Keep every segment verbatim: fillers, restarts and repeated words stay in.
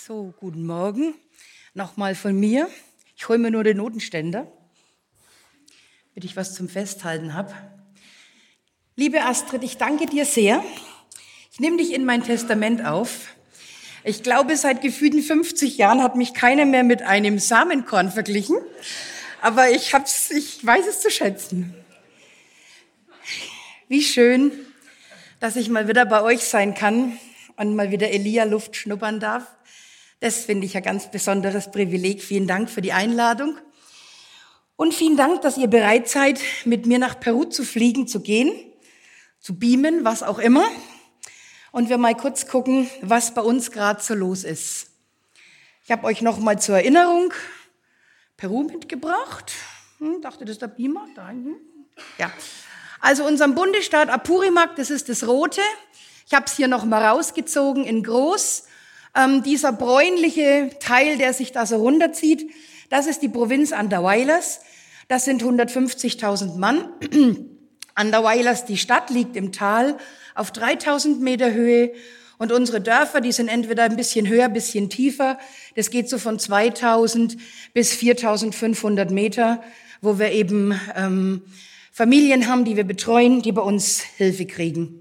So, guten Morgen. Nochmal von mir. Ich hole mir nur den Notenständer, damit ich was zum Festhalten habe. Liebe Astrid, ich danke dir sehr. Ich nehme dich in mein Testament auf. Ich glaube, seit gefühlten fünfzig Jahren hat mich keiner mehr mit einem Samenkorn verglichen. Aber ich, hab's, ich weiß es zu schätzen. Wie schön, dass ich mal wieder bei euch sein kann und mal wieder Elia-Luft schnuppern darf. Das finde ich ein ganz besonderes Privileg. Vielen Dank für die Einladung. Und vielen Dank, dass ihr bereit seid, mit mir nach Peru zu fliegen, zu gehen, zu beamen, was auch immer. Und wir mal kurz gucken, was bei uns gerade so los ist. Ich habe euch noch mal zur Erinnerung Peru mitgebracht. Hm, dachte, das ist der Beamer? Da hinten. Ja. Also unseren Bundesstaat Apurimac, das ist das Rote. Ich habe es hier noch mal rausgezogen in groß. Ähm, dieser bräunliche Teil, der sich da so runterzieht, das ist die Provinz Andahuaylas. Das sind hundertfünfzigtausend Mann. Andahuaylas, die Stadt, liegt im Tal auf dreitausend Meter Höhe. Und unsere Dörfer, die sind entweder ein bisschen höher, ein bisschen tiefer. Das geht so von zweitausend bis viertausendfünfhundert Meter, wo wir eben ähm, Familien haben, die wir betreuen, die bei uns Hilfe kriegen.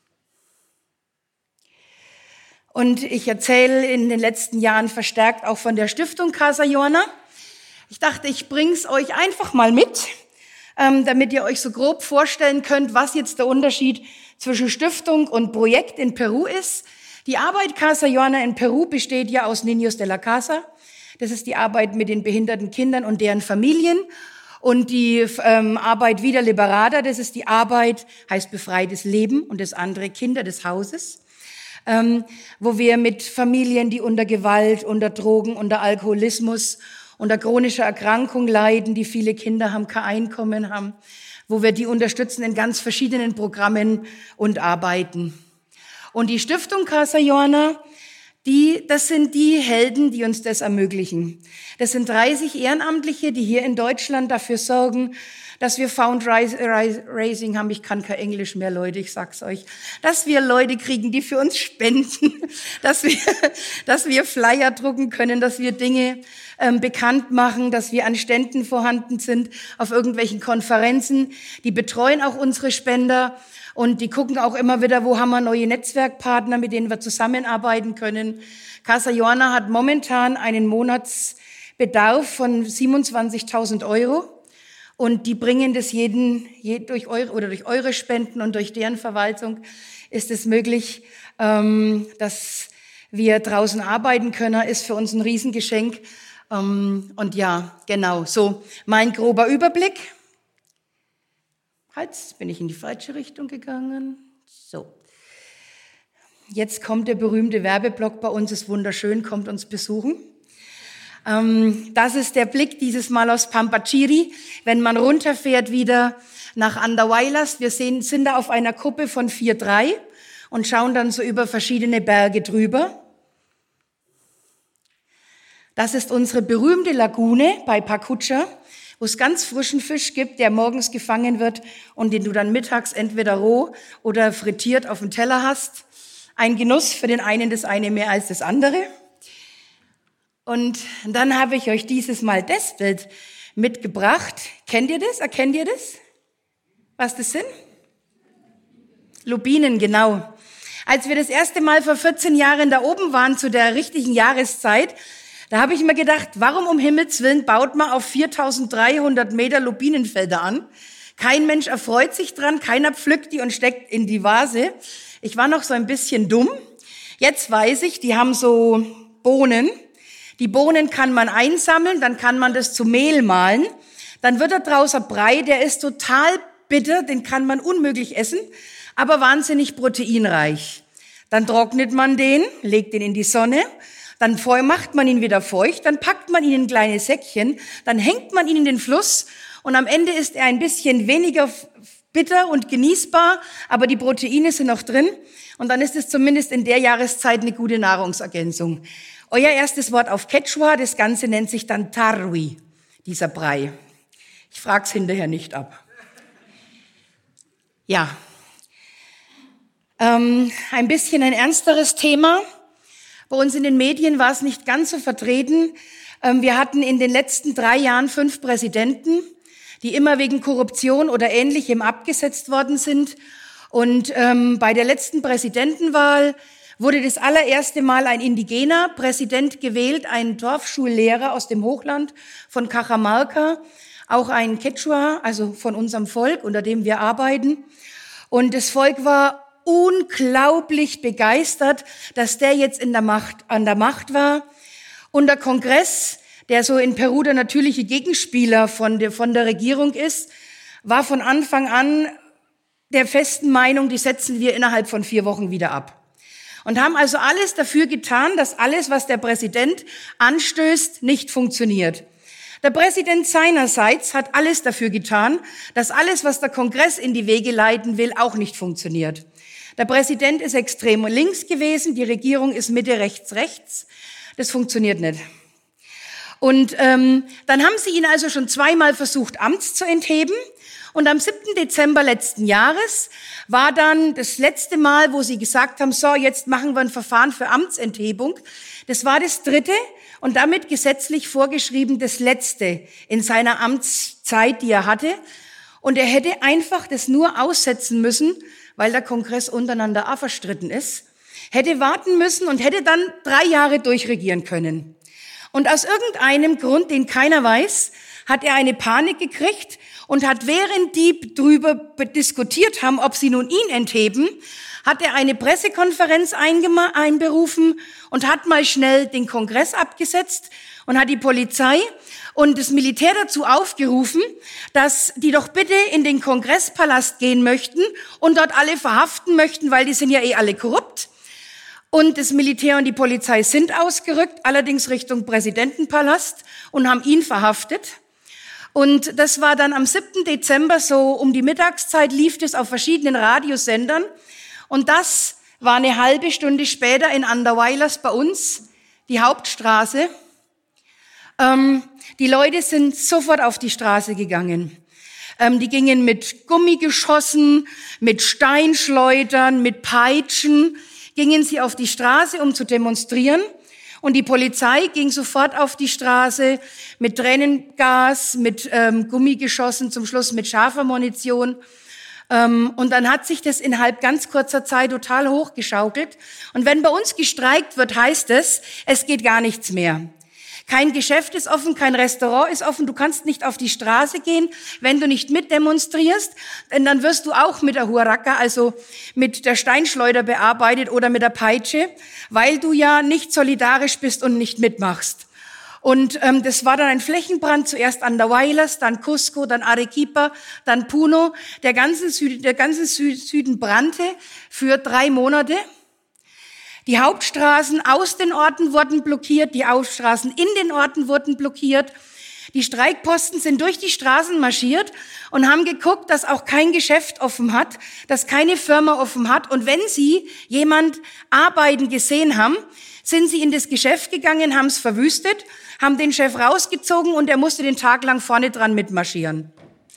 Und ich erzähle in den letzten Jahren verstärkt auch von der Stiftung Casa Llorna. Ich dachte, ich bring's euch einfach mal mit, ähm, damit ihr euch so grob vorstellen könnt, was jetzt der Unterschied zwischen Stiftung und Projekt in Peru ist. Die Arbeit Casa Llorna in Peru besteht ja aus Niños de la Casa. Das ist die Arbeit mit den behinderten Kindern und deren Familien. Und die ähm, Arbeit Vida Liberada, das ist die Arbeit, heißt befreites Leben, und das andere Kinder des Hauses. Ähm, wo wir mit Familien, die unter Gewalt, unter Drogen, unter Alkoholismus, unter chronischer Erkrankung leiden, die viele Kinder haben, kein Einkommen haben, wo wir die unterstützen in ganz verschiedenen Programmen und Arbeiten. Und die Stiftung Casa Llorna, die, das sind die Helden, die uns das ermöglichen. Das sind dreißig Ehrenamtliche, die hier in Deutschland dafür sorgen, dass wir Fundraising haben. Ich kann kein Englisch mehr, Leute, ich sag's euch. Dass wir Leute kriegen, die für uns spenden, dass wir, dass wir Flyer drucken können, dass wir Dinge ähm, bekannt machen, dass wir an Ständen vorhanden sind, auf irgendwelchen Konferenzen. Die betreuen auch unsere Spender und die gucken auch immer wieder, wo haben wir neue Netzwerkpartner, mit denen wir zusammenarbeiten können. Casa Llorna hat momentan einen Monatsbedarf von siebenundzwanzigtausend Euro. Und die bringen das jeden, durch eure, oder durch eure Spenden und durch deren Verwaltung ist es möglich, ähm, dass wir draußen arbeiten können, ist für uns ein Riesengeschenk. Ähm, und ja, genau, so mein grober Überblick. Halt, jetzt bin ich in die falsche Richtung gegangen. So. Jetzt kommt der berühmte Werbeblock bei uns, ist wunderschön, kommt uns besuchen. Das ist der Blick dieses Mal aus Pampachiri, wenn man runterfährt wieder nach Andahuaylas. Wir sehen, sind da auf einer Kuppe von vier drei und schauen dann so über verschiedene Berge drüber. Das ist unsere berühmte Lagune bei Pacucha, wo es ganz frischen Fisch gibt, der morgens gefangen wird und den du dann mittags entweder roh oder frittiert auf dem Teller hast. Ein Genuss, für den einen das eine mehr als das andere. Und dann habe ich euch dieses Mal das Bild mitgebracht. Kennt ihr das? Erkennt ihr das? Was das sind? Lupinen, genau. Als wir das erste Mal vor vierzehn Jahren da oben waren, zu der richtigen Jahreszeit, da habe ich mir gedacht, warum um Himmels Willen baut man auf viertausenddreihundert Meter Lupinenfelder an? Kein Mensch erfreut sich dran, keiner pflückt die und steckt in die Vase. Ich war noch so ein bisschen dumm. Jetzt weiß ich, die haben so Bohnen. Die Bohnen kann man einsammeln, dann kann man das zu Mehl mahlen. Dann wird da draus ein Brei, der ist total bitter, den kann man unmöglich essen, aber wahnsinnig proteinreich. Dann trocknet man den, legt den in die Sonne, dann macht man ihn wieder feucht, dann packt man ihn in kleine Säckchen, dann hängt man ihn in den Fluss und am Ende ist er ein bisschen weniger bitter und genießbar, aber die Proteine sind noch drin und dann ist es zumindest in der Jahreszeit eine gute Nahrungsergänzung. Euer erstes Wort auf Quechua, das Ganze nennt sich dann Tarwi, dieser Brei. Ich frag's hinterher nicht ab. Ja, ähm, ein bisschen ein ernsteres Thema. Bei uns in den Medien war es nicht ganz so vertreten. Wir hatten in den letzten drei Jahren fünf Präsidenten, die immer wegen Korruption oder Ähnlichem abgesetzt worden sind. Und ähm, bei der letzten Präsidentenwahl wurde das allererste Mal ein indigener Präsident gewählt, ein Dorfschullehrer aus dem Hochland von Cajamarca, auch ein Quechua, also von unserem Volk, unter dem wir arbeiten. Und das Volk war unglaublich begeistert, dass der jetzt in der Macht, an der Macht war. Und der Kongress, der so in Peru der natürliche Gegenspieler von der, von der Regierung ist, war von Anfang an der festen Meinung, die setzen wir innerhalb von vier Wochen wieder ab. Und haben also alles dafür getan, dass alles, was der Präsident anstößt, nicht funktioniert. Der Präsident seinerseits hat alles dafür getan, dass alles, was der Kongress in die Wege leiten will, auch nicht funktioniert. Der Präsident ist extrem links gewesen, die Regierung ist Mitte, rechts, rechts. Das funktioniert nicht. Und ähm, dann haben sie ihn also schon zweimal versucht, Amts zu entheben. Und am siebten Dezember letzten Jahres war dann das letzte Mal, wo sie gesagt haben, so, jetzt machen wir ein Verfahren für Amtsenthebung. Das war das dritte und damit gesetzlich vorgeschrieben das letzte in seiner Amtszeit, die er hatte. Und er hätte einfach das nur aussetzen müssen, weil der Kongress untereinander auch verstritten ist, hätte warten müssen und hätte dann drei Jahre durchregieren können. Und aus irgendeinem Grund, den keiner weiß, hat er eine Panik gekriegt und hat, während die drüber diskutiert haben, ob sie nun ihn entheben, hat er eine Pressekonferenz einberufen und hat mal schnell den Kongress abgesetzt und hat die Polizei und das Militär dazu aufgerufen, dass die doch bitte in den Kongresspalast gehen möchten und dort alle verhaften möchten, weil die sind ja eh alle korrupt. Und das Militär und die Polizei sind ausgerückt, allerdings Richtung Präsidentenpalast und haben ihn verhaftet. Und das war dann am siebten Dezember, so um die Mittagszeit lief das auf verschiedenen Radiosendern. Und das war eine halbe Stunde später in Andahuaylas bei uns, die Hauptstraße. Ähm, die Leute sind sofort auf die Straße gegangen. Ähm, die gingen mit Gummigeschossen, mit Steinschleudern, mit Peitschen, gingen sie auf die Straße, um zu demonstrieren. Und die Polizei ging sofort auf die Straße mit Tränengas, mit ähm, Gummigeschossen, zum Schluss mit scharfer Munition. Ähm, und dann hat sich das innerhalb ganz kurzer Zeit total hochgeschaukelt. Und wenn bei uns gestreikt wird, heißt es, es geht gar nichts mehr. Kein Geschäft ist offen, kein Restaurant ist offen. Du kannst nicht auf die Straße gehen, wenn du nicht mitdemonstrierst, denn dann wirst du auch mit der Huaraca, also mit der Steinschleuder bearbeitet oder mit der Peitsche, weil du ja nicht solidarisch bist und nicht mitmachst. Und ähm, das war dann ein Flächenbrand, zuerst Andahuaylas, dann Cusco, dann Arequipa, dann Puno. Der ganze Süden, der ganze Süden brannte für drei Monate. Die Hauptstraßen aus den Orten wurden blockiert, die Hauptstraßen in den Orten wurden blockiert. Die Streikposten sind durch die Straßen marschiert und haben geguckt, dass auch kein Geschäft offen hat, dass keine Firma offen hat. Und wenn sie jemand arbeiten gesehen haben, sind sie in das Geschäft gegangen, haben es verwüstet, haben den Chef rausgezogen und er musste den Tag lang vorne dran mitmarschieren.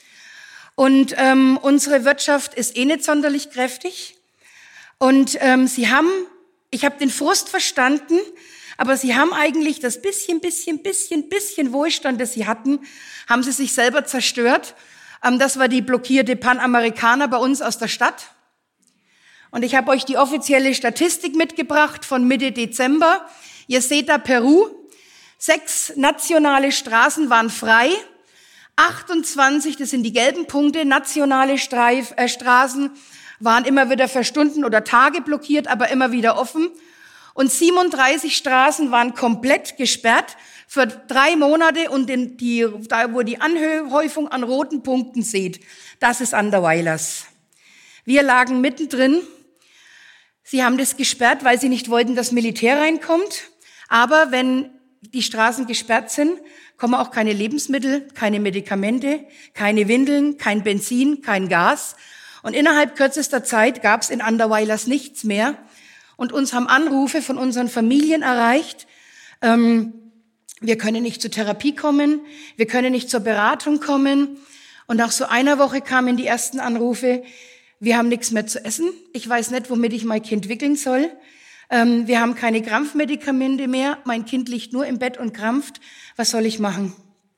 Und ähm, unsere Wirtschaft ist eh nicht sonderlich kräftig. Und ähm, sie haben Ich habe den Frust verstanden, aber sie haben eigentlich das bisschen, bisschen, bisschen, bisschen Wohlstand, das sie hatten, haben sie sich selber zerstört. Das war die blockierte Panamerikaner bei uns aus der Stadt. Und ich habe euch die offizielle Statistik mitgebracht von Mitte Dezember. Ihr seht da Peru. Sechs nationale Straßen waren frei. achtundzwanzig, das sind die gelben Punkte, nationale Streif, äh, Straßen waren immer wieder für Stunden oder Tage blockiert, aber immer wieder offen. Und siebenunddreißig Straßen waren komplett gesperrt für drei Monate. Und den, die, da, wo die Anhäufung an roten Punkten seht, das ist Andahuaylas. Wir lagen mittendrin. Sie haben das gesperrt, weil sie nicht wollten, dass Militär reinkommt. Aber wenn die Straßen gesperrt sind, kommen auch keine Lebensmittel, keine Medikamente, keine Windeln, kein Benzin, kein Gas. Und innerhalb kürzester Zeit gab es in Andahuaylas nichts mehr. Und uns haben Anrufe von unseren Familien erreicht. Ähm, wir können nicht zur Therapie kommen, wir können nicht zur Beratung kommen. Und nach so einer Woche kamen die ersten Anrufe, wir haben nichts mehr zu essen. Ich weiß nicht, womit ich mein Kind wickeln soll. Ähm, wir haben keine Krampfmedikamente mehr. Mein Kind liegt nur im Bett und krampft. Was soll ich machen?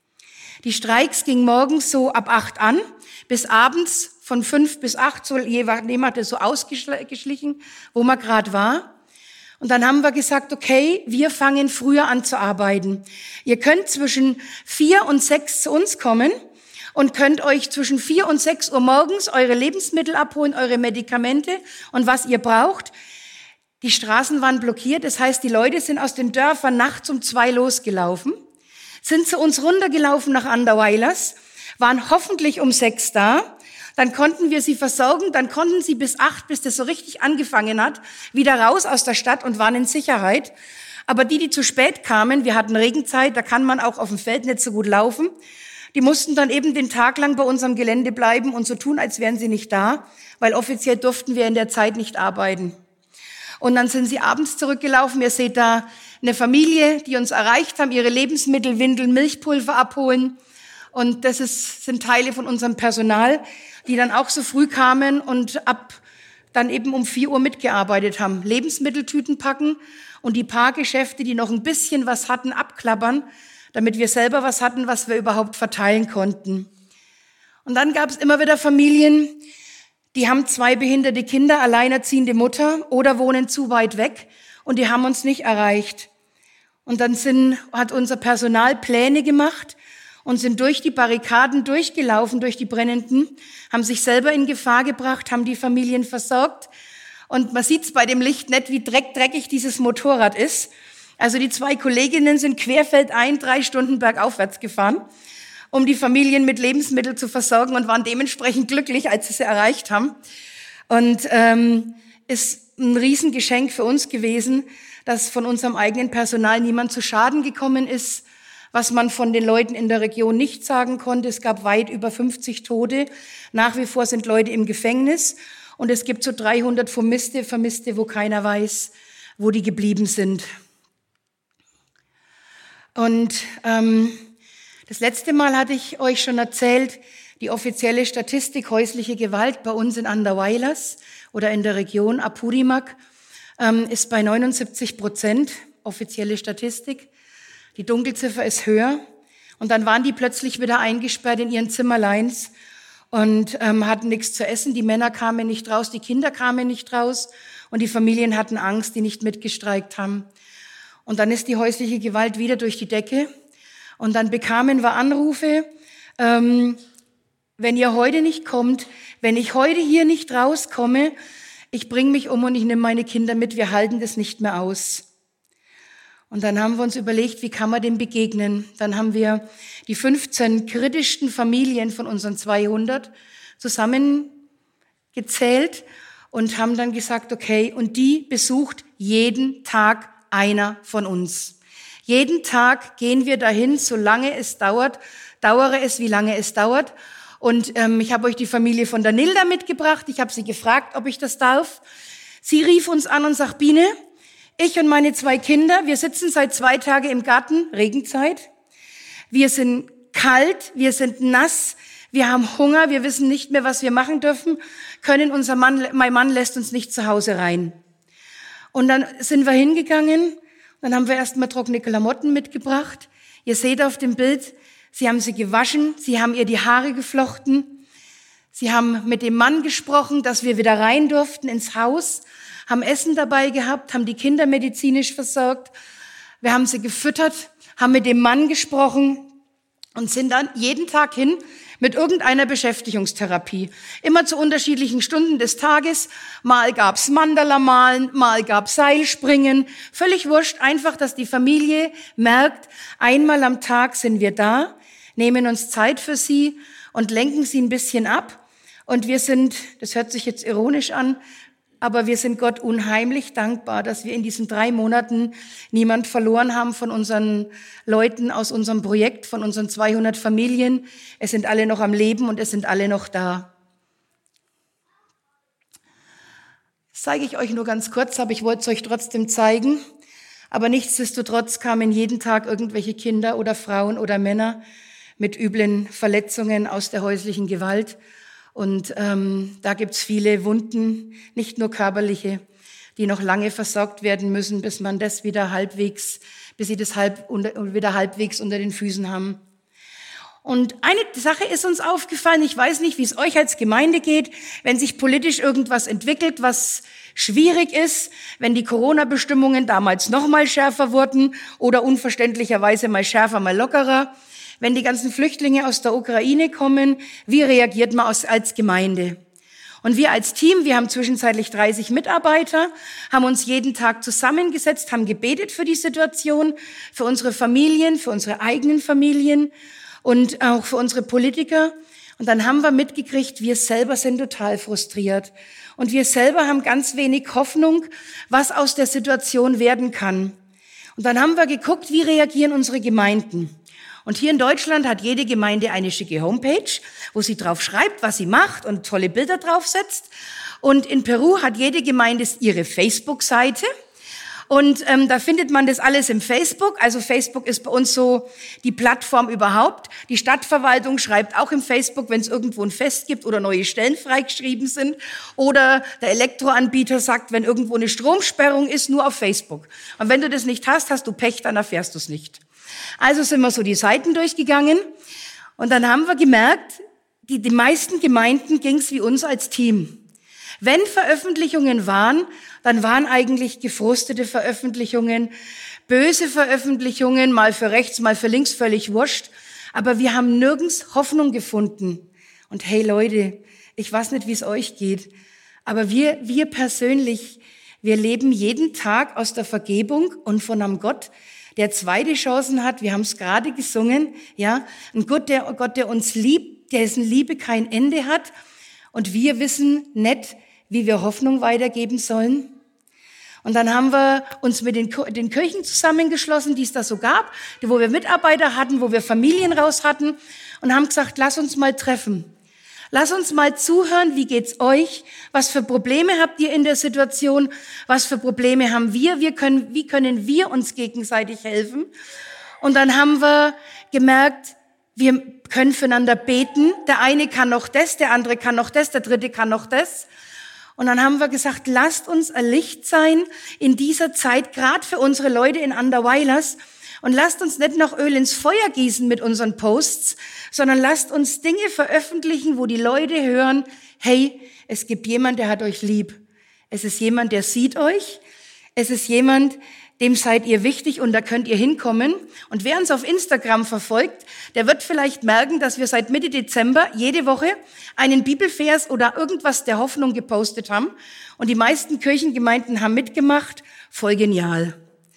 Die Streiks gingen morgens so ab acht an, bis abends von fünf bis acht, so jemand hat es so ausgeschlichen, wo man gerade war. Und dann haben wir gesagt, okay, wir fangen früher an zu arbeiten. Ihr könnt zwischen vier und sechs zu uns kommen und könnt euch zwischen vier und sechs Uhr morgens eure Lebensmittel abholen, eure Medikamente und was ihr braucht. Die Straßen waren blockiert, das heißt, die Leute sind aus den Dörfern nachts um zwei losgelaufen, sind zu uns runtergelaufen nach Anderweilers, waren hoffentlich um sechs da. Dann konnten wir sie versorgen, dann konnten sie bis acht, bis das so richtig angefangen hat, wieder raus aus der Stadt und waren in Sicherheit. Aber die, die zu spät kamen, wir hatten Regenzeit, da kann man auch auf dem Feld nicht so gut laufen, die mussten dann eben den Tag lang bei unserem Gelände bleiben und so tun, als wären sie nicht da, weil offiziell durften wir in der Zeit nicht arbeiten. Und dann sind sie abends zurückgelaufen. Ihr seht da eine Familie, die uns erreicht haben, ihre Lebensmittel, Windeln, Milchpulver abholen. Und das ist, sind Teile von unserem Personal, die dann auch so früh kamen und ab dann eben um vier Uhr mitgearbeitet haben. Lebensmitteltüten packen und die paar Geschäfte, die noch ein bisschen was hatten, abklappern, damit wir selber was hatten, was wir überhaupt verteilen konnten. Und dann gab es immer wieder Familien, die haben zwei behinderte Kinder, alleinerziehende Mutter oder wohnen zu weit weg und die haben uns nicht erreicht. Und dann sind, hat unser Personal Pläne gemacht und sind durch die Barrikaden durchgelaufen, durch die brennenden, haben sich selber in Gefahr gebracht, haben die Familien versorgt. Und man sieht's bei dem Licht nicht, wie dreck, dreckig dieses Motorrad ist. Also die zwei Kolleginnen sind querfeldein drei Stunden bergaufwärts gefahren, um die Familien mit Lebensmitteln zu versorgen und waren dementsprechend glücklich, als sie sie erreicht haben. Und ähm, ist ein Riesengeschenk für uns gewesen, dass von unserem eigenen Personal niemand zu Schaden gekommen ist, was man von den Leuten in der Region nicht sagen konnte. Es gab weit über fünfzig Tote. Nach wie vor sind Leute im Gefängnis. Und es gibt so dreihundert Vermisste, Vermisste, wo keiner weiß, wo die geblieben sind. Und ähm, das letzte Mal hatte ich euch schon erzählt, die offizielle Statistik häusliche Gewalt bei uns in Anderweilers oder in der Region Apurimac ähm, ist bei neunundsiebzig Prozent, offizielle Statistik. Die Dunkelziffer ist höher. Und dann waren die plötzlich wieder eingesperrt in ihren Zimmerleins und ähm, hatten nichts zu essen. Die Männer kamen nicht raus, die Kinder kamen nicht raus und die Familien hatten Angst, die nicht mitgestreikt haben. Und dann ist die häusliche Gewalt wieder durch die Decke. Und dann bekamen wir Anrufe, ähm, wenn ihr heute nicht kommt, wenn ich heute hier nicht rauskomme, ich bringe mich um und ich nehme meine Kinder mit, wir halten das nicht mehr aus. Und dann haben wir uns überlegt, wie kann man dem begegnen? Dann haben wir die fünfzehn kritischsten Familien von unseren zweihundert zusammengezählt und haben dann gesagt, okay, und die besucht jeden Tag einer von uns. Jeden Tag gehen wir dahin, solange es dauert, dauere es, wie lange es dauert. Und ähm, ich habe euch die Familie von der Nilda mitgebracht. Ich habe sie gefragt, ob ich das darf. Sie rief uns an und sagt, Biene, ich und meine zwei Kinder, wir sitzen seit zwei Tagen im Garten, Regenzeit. Wir sind kalt, wir sind nass, wir haben Hunger, wir wissen nicht mehr, was wir machen dürfen, können unser Mann, mein Mann lässt uns nicht zu Hause rein. Und dann sind wir hingegangen, dann haben wir erstmal trockene Klamotten mitgebracht. Ihr seht auf dem Bild, sie haben sie gewaschen, sie haben ihr die Haare geflochten, sie haben mit dem Mann gesprochen, dass wir wieder rein durften ins Haus, haben Essen dabei gehabt, haben die Kinder medizinisch versorgt. Wir haben sie gefüttert, haben mit dem Mann gesprochen und sind dann jeden Tag hin mit irgendeiner Beschäftigungstherapie. Immer zu unterschiedlichen Stunden des Tages. Mal gab's Mandala-Malen, mal gab's Seilspringen. Völlig wurscht, einfach, dass die Familie merkt, einmal am Tag sind wir da, nehmen uns Zeit für sie und lenken sie ein bisschen ab. Und wir sind, das hört sich jetzt ironisch an, aber wir sind Gott unheimlich dankbar, dass wir in diesen drei Monaten niemand verloren haben von unseren Leuten aus unserem Projekt, von unseren zweihundert Familien. Es sind alle noch am Leben und es sind alle noch da. Das zeige ich euch nur ganz kurz, aber ich wollte es euch trotzdem zeigen. Aber nichtsdestotrotz kamen jeden Tag irgendwelche Kinder oder Frauen oder Männer mit üblen Verletzungen aus der häuslichen Gewalt. Und ähm, da gibt's viele Wunden, nicht nur körperliche. die noch lange versorgt werden müssen, bis man das wieder halbwegs, bis sie das halb unter, wieder halbwegs unter den Füßen haben. Und eine Sache ist uns aufgefallen, ich weiß nicht, wie es euch als Gemeinde geht, wenn sich politisch irgendwas entwickelt, was schwierig ist, wenn die Corona-Bestimmungen damals noch mal schärfer wurden oder unverständlicherweise mal schärfer, mal lockerer, wenn die ganzen Flüchtlinge aus der Ukraine kommen, wie reagiert man als Gemeinde? Und wir als Team, wir haben zwischenzeitlich dreißig Mitarbeiter, haben uns jeden Tag zusammengesetzt, haben gebetet für die Situation, für unsere Familien, für unsere eigenen Familien und auch für unsere Politiker. Und dann haben wir mitgekriegt, wir selber sind total frustriert. Und wir selber haben ganz wenig Hoffnung, was aus der Situation werden kann. Und dann haben wir geguckt, wie reagieren unsere Gemeinden. Und hier in Deutschland hat jede Gemeinde eine schicke Homepage, wo sie drauf schreibt, was sie macht und tolle Bilder draufsetzt. Und in Peru hat jede Gemeinde ihre Facebook-Seite. Und ähm, da findet man das alles im Facebook. Also Facebook ist bei uns so die Plattform überhaupt. Die Stadtverwaltung schreibt auch im Facebook, wenn es irgendwo ein Fest gibt oder neue Stellen freigeschrieben sind. Oder der Elektroanbieter sagt, wenn irgendwo eine Stromsperrung ist, nur auf Facebook. Und wenn du das nicht hast, hast du Pech, dann erfährst du es nicht. Also sind wir so die Seiten durchgegangen. Und dann haben wir gemerkt, die, die meisten Gemeinden ging es wie uns als Team. Wenn Veröffentlichungen waren, dann waren eigentlich gefrustete Veröffentlichungen, böse Veröffentlichungen, mal für rechts, mal für links, völlig wurscht. Aber wir haben nirgends Hoffnung gefunden. Und hey Leute, ich weiß nicht, wie es euch geht, aber wir, wir persönlich, wir leben jeden Tag aus der Vergebung und von einem Gott, der zweite Chancen hat. Wir haben es gerade gesungen, ja, ein Gott, der Gott, der uns liebt, dessen Liebe kein Ende hat. Und wir wissen nicht, wie wir Hoffnung weitergeben sollen. Und dann haben wir uns mit den, den Kirchen zusammengeschlossen, die es da so gab, wo wir Mitarbeiter hatten, wo wir Familien raus hatten und haben gesagt, lass uns mal treffen. Lass uns mal zuhören, wie geht's euch? Was für Probleme habt ihr in der Situation? Was für Probleme haben wir? Wir können, wie können wir uns gegenseitig helfen? Und dann haben wir gemerkt, wir können füreinander beten. Der eine kann noch das, der andere kann noch das, der dritte kann noch das. Und dann haben wir gesagt, lasst uns ein Licht sein in dieser Zeit, gerade für unsere Leute in Anderweilers. Und lasst uns nicht noch Öl ins Feuer gießen mit unseren Posts, sondern lasst uns Dinge veröffentlichen, wo die Leute hören, hey, es gibt jemand, der hat euch lieb. Es ist jemand, der sieht euch. Es ist jemand, dem seid ihr wichtig und da könnt ihr hinkommen. Und wer uns auf Instagram verfolgt, der wird vielleicht merken, dass wir seit Mitte Dezember jede Woche einen Bibelvers oder irgendwas der Hoffnung gepostet haben. Und die meisten Kirchengemeinden haben mitgemacht. Voll genial.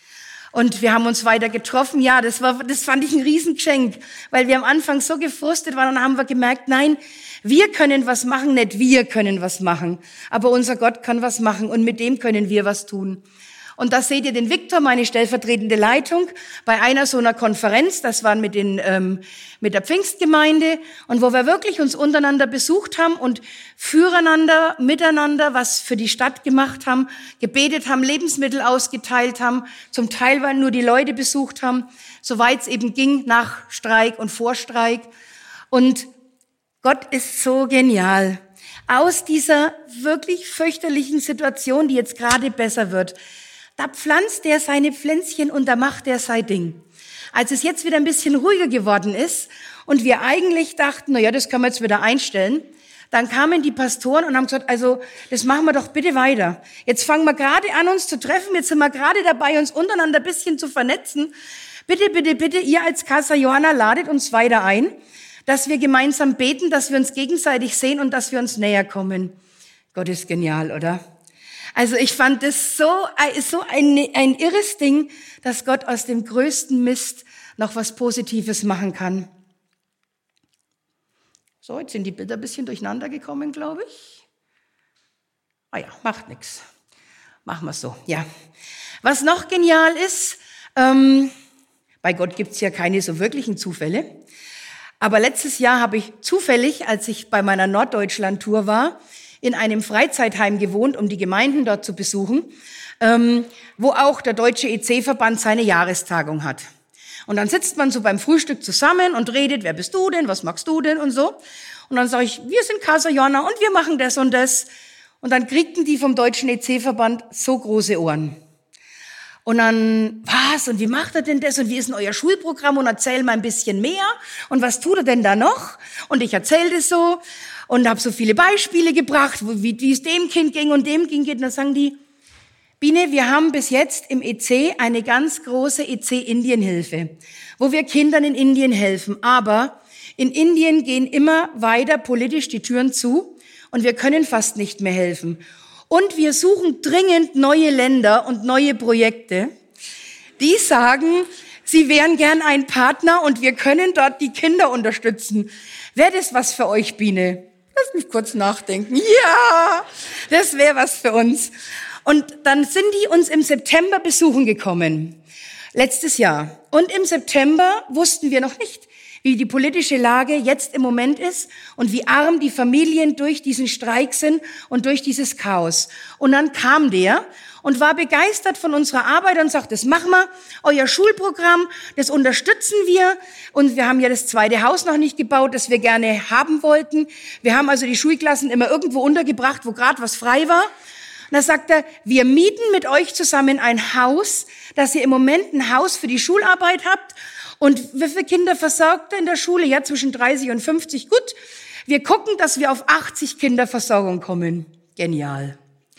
Und wir haben uns weiter getroffen. Ja, das war, das fand ich ein Riesengeschenk, weil wir am Anfang so gefrustet waren und dann haben wir gemerkt, nein, wir können was machen, nicht wir können was machen. Aber unser Gott kann was machen und mit dem können wir was tun. Und da seht ihr den Viktor, meine stellvertretende Leitung, bei einer so einer Konferenz, das waren mit den ähm, mit der Pfingstgemeinde, und wo wir wirklich uns untereinander besucht haben und füreinander, miteinander was für die Stadt gemacht haben, gebetet haben, Lebensmittel ausgeteilt haben, zum Teil weil nur die Leute besucht haben, soweit es eben ging, nach Streik und vor Streik. Und Gott ist so genial. Aus dieser wirklich fürchterlichen Situation, die jetzt gerade besser wird, da pflanzt er seine Pflänzchen und da macht er sein Ding. Als es jetzt wieder ein bisschen ruhiger geworden ist und wir eigentlich dachten, na ja, das können wir jetzt wieder einstellen, dann kamen die Pastoren und haben gesagt, also das machen wir doch bitte weiter. Jetzt fangen wir gerade an, uns zu treffen. Jetzt sind wir gerade dabei, uns untereinander ein bisschen zu vernetzen. Bitte, bitte, bitte, ihr als Casa Johanna ladet uns weiter ein, dass wir gemeinsam beten, dass wir uns gegenseitig sehen und dass wir uns näher kommen. Gott ist genial, oder? Also ich fand das so, so ein, ein irres Ding, dass Gott aus dem größten Mist noch was Positives machen kann. So, jetzt sind die Bilder ein bisschen durcheinander gekommen, glaube ich. Ah ja, macht nichts. Machen wir es so, ja. Was noch genial ist, ähm, bei Gott gibt es ja keine so wirklichen Zufälle. Aber letztes Jahr habe ich zufällig, als ich bei meiner Norddeutschland-Tour war, in einem Freizeitheim gewohnt, um die Gemeinden dort zu besuchen, ähm, wo auch der Deutsche E C-Verband seine Jahrestagung hat. Und dann sitzt man so beim Frühstück zusammen und redet, wer bist du denn, was magst du denn und so. Und dann sage ich, wir sind Casa Johanna und wir machen das und das. Und dann kriegten die vom Deutschen E C-Verband so große Ohren. Und dann, was, und wie macht er denn das, und wie ist denn euer Schulprogramm, und erzähl mal ein bisschen mehr, und was tut er denn da noch? Und ich erzähl das so, und habe so viele Beispiele gebracht, wie, wie es dem Kind ging und dem Kind geht, und dann sagen die, Biene, wir haben bis jetzt im E C eine ganz große E C-Indienhilfe, wo wir Kindern in Indien helfen, aber in Indien gehen immer weiter politisch die Türen zu, und wir können fast nicht mehr helfen. Und wir suchen dringend neue Länder und neue Projekte, die sagen, sie wären gern ein Partner und wir können dort die Kinder unterstützen. Wäre das was für euch, Biene? Lass mich kurz nachdenken. Ja, das wäre was für uns. Und dann sind die uns im September besuchen gekommen, letztes Jahr. Und im September wussten wir noch nicht, wie die politische Lage jetzt im Moment ist und wie arm die Familien durch diesen Streik sind und durch dieses Chaos. Und dann kam der und war begeistert von unserer Arbeit und sagt, das machen wir, euer Schulprogramm, das unterstützen wir. Und wir haben ja das zweite Haus noch nicht gebaut, das wir gerne haben wollten. Wir haben also die Schulklassen immer irgendwo untergebracht, wo gerade was frei war. Und da sagt er, wir mieten mit euch zusammen ein Haus, dass ihr im Moment ein Haus für die Schularbeit habt. Und wie viele Kinder versorgt er in der Schule? Ja, zwischen dreißig und fünfzig. Gut, wir gucken, dass wir auf achtzig Kinderversorgung kommen. Genial.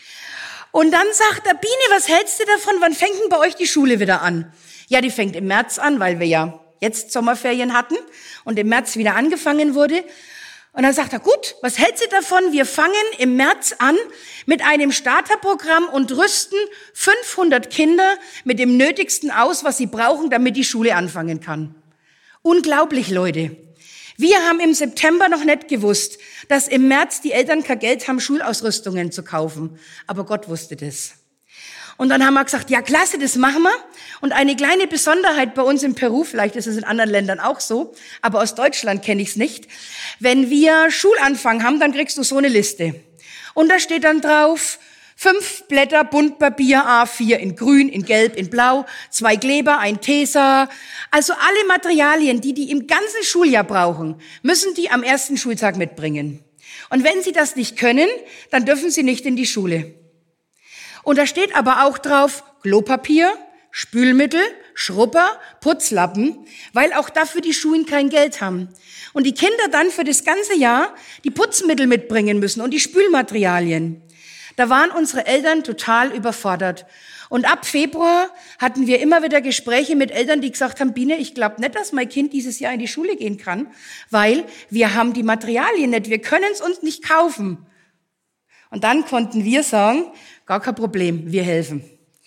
Und dann sagt er, Biene, was hältst du davon? Wann fängt denn bei euch die Schule wieder an? Ja, die fängt im März an, weil wir ja jetzt Sommerferien hatten und im März wieder angefangen wurde. Und dann sagt er, gut, was hältst du davon? Wir fangen im März an mit einem Starterprogramm und rüsten fünfhundert Kinder mit dem Nötigsten aus, was sie brauchen, damit die Schule anfangen kann. Unglaublich, Leute. Wir haben im September noch nicht gewusst, dass im März die Eltern kein Geld haben, Schulausrüstungen zu kaufen. Aber Gott wusste das. Und dann haben wir gesagt, ja klasse, das machen wir. Und eine kleine Besonderheit bei uns in Peru, vielleicht ist es in anderen Ländern auch so, aber aus Deutschland kenne ich es nicht. Wenn wir Schulanfang haben, dann kriegst du so eine Liste. Und da steht dann drauf, fünf Blätter Buntpapier A vier in grün, in gelb, in blau, zwei Kleber, ein Tesa. Also alle Materialien, die die im ganzen Schuljahr brauchen, müssen die am ersten Schultag mitbringen. Und wenn sie das nicht können, dann dürfen sie nicht in die Schule. Und da steht aber auch drauf Klopapier, Spülmittel, Schrubber, Putzlappen, weil auch dafür die Schulen kein Geld haben. Und die Kinder dann für das ganze Jahr die Putzmittel mitbringen müssen und die Spülmaterialien. Da waren unsere Eltern total überfordert. Und ab Februar hatten wir immer wieder Gespräche mit Eltern, die gesagt haben, Biene, ich glaube nicht, dass mein Kind dieses Jahr in die Schule gehen kann, weil wir haben die Materialien nicht, wir können es uns nicht kaufen. Und dann konnten wir sagen, gar kein Problem, wir helfen.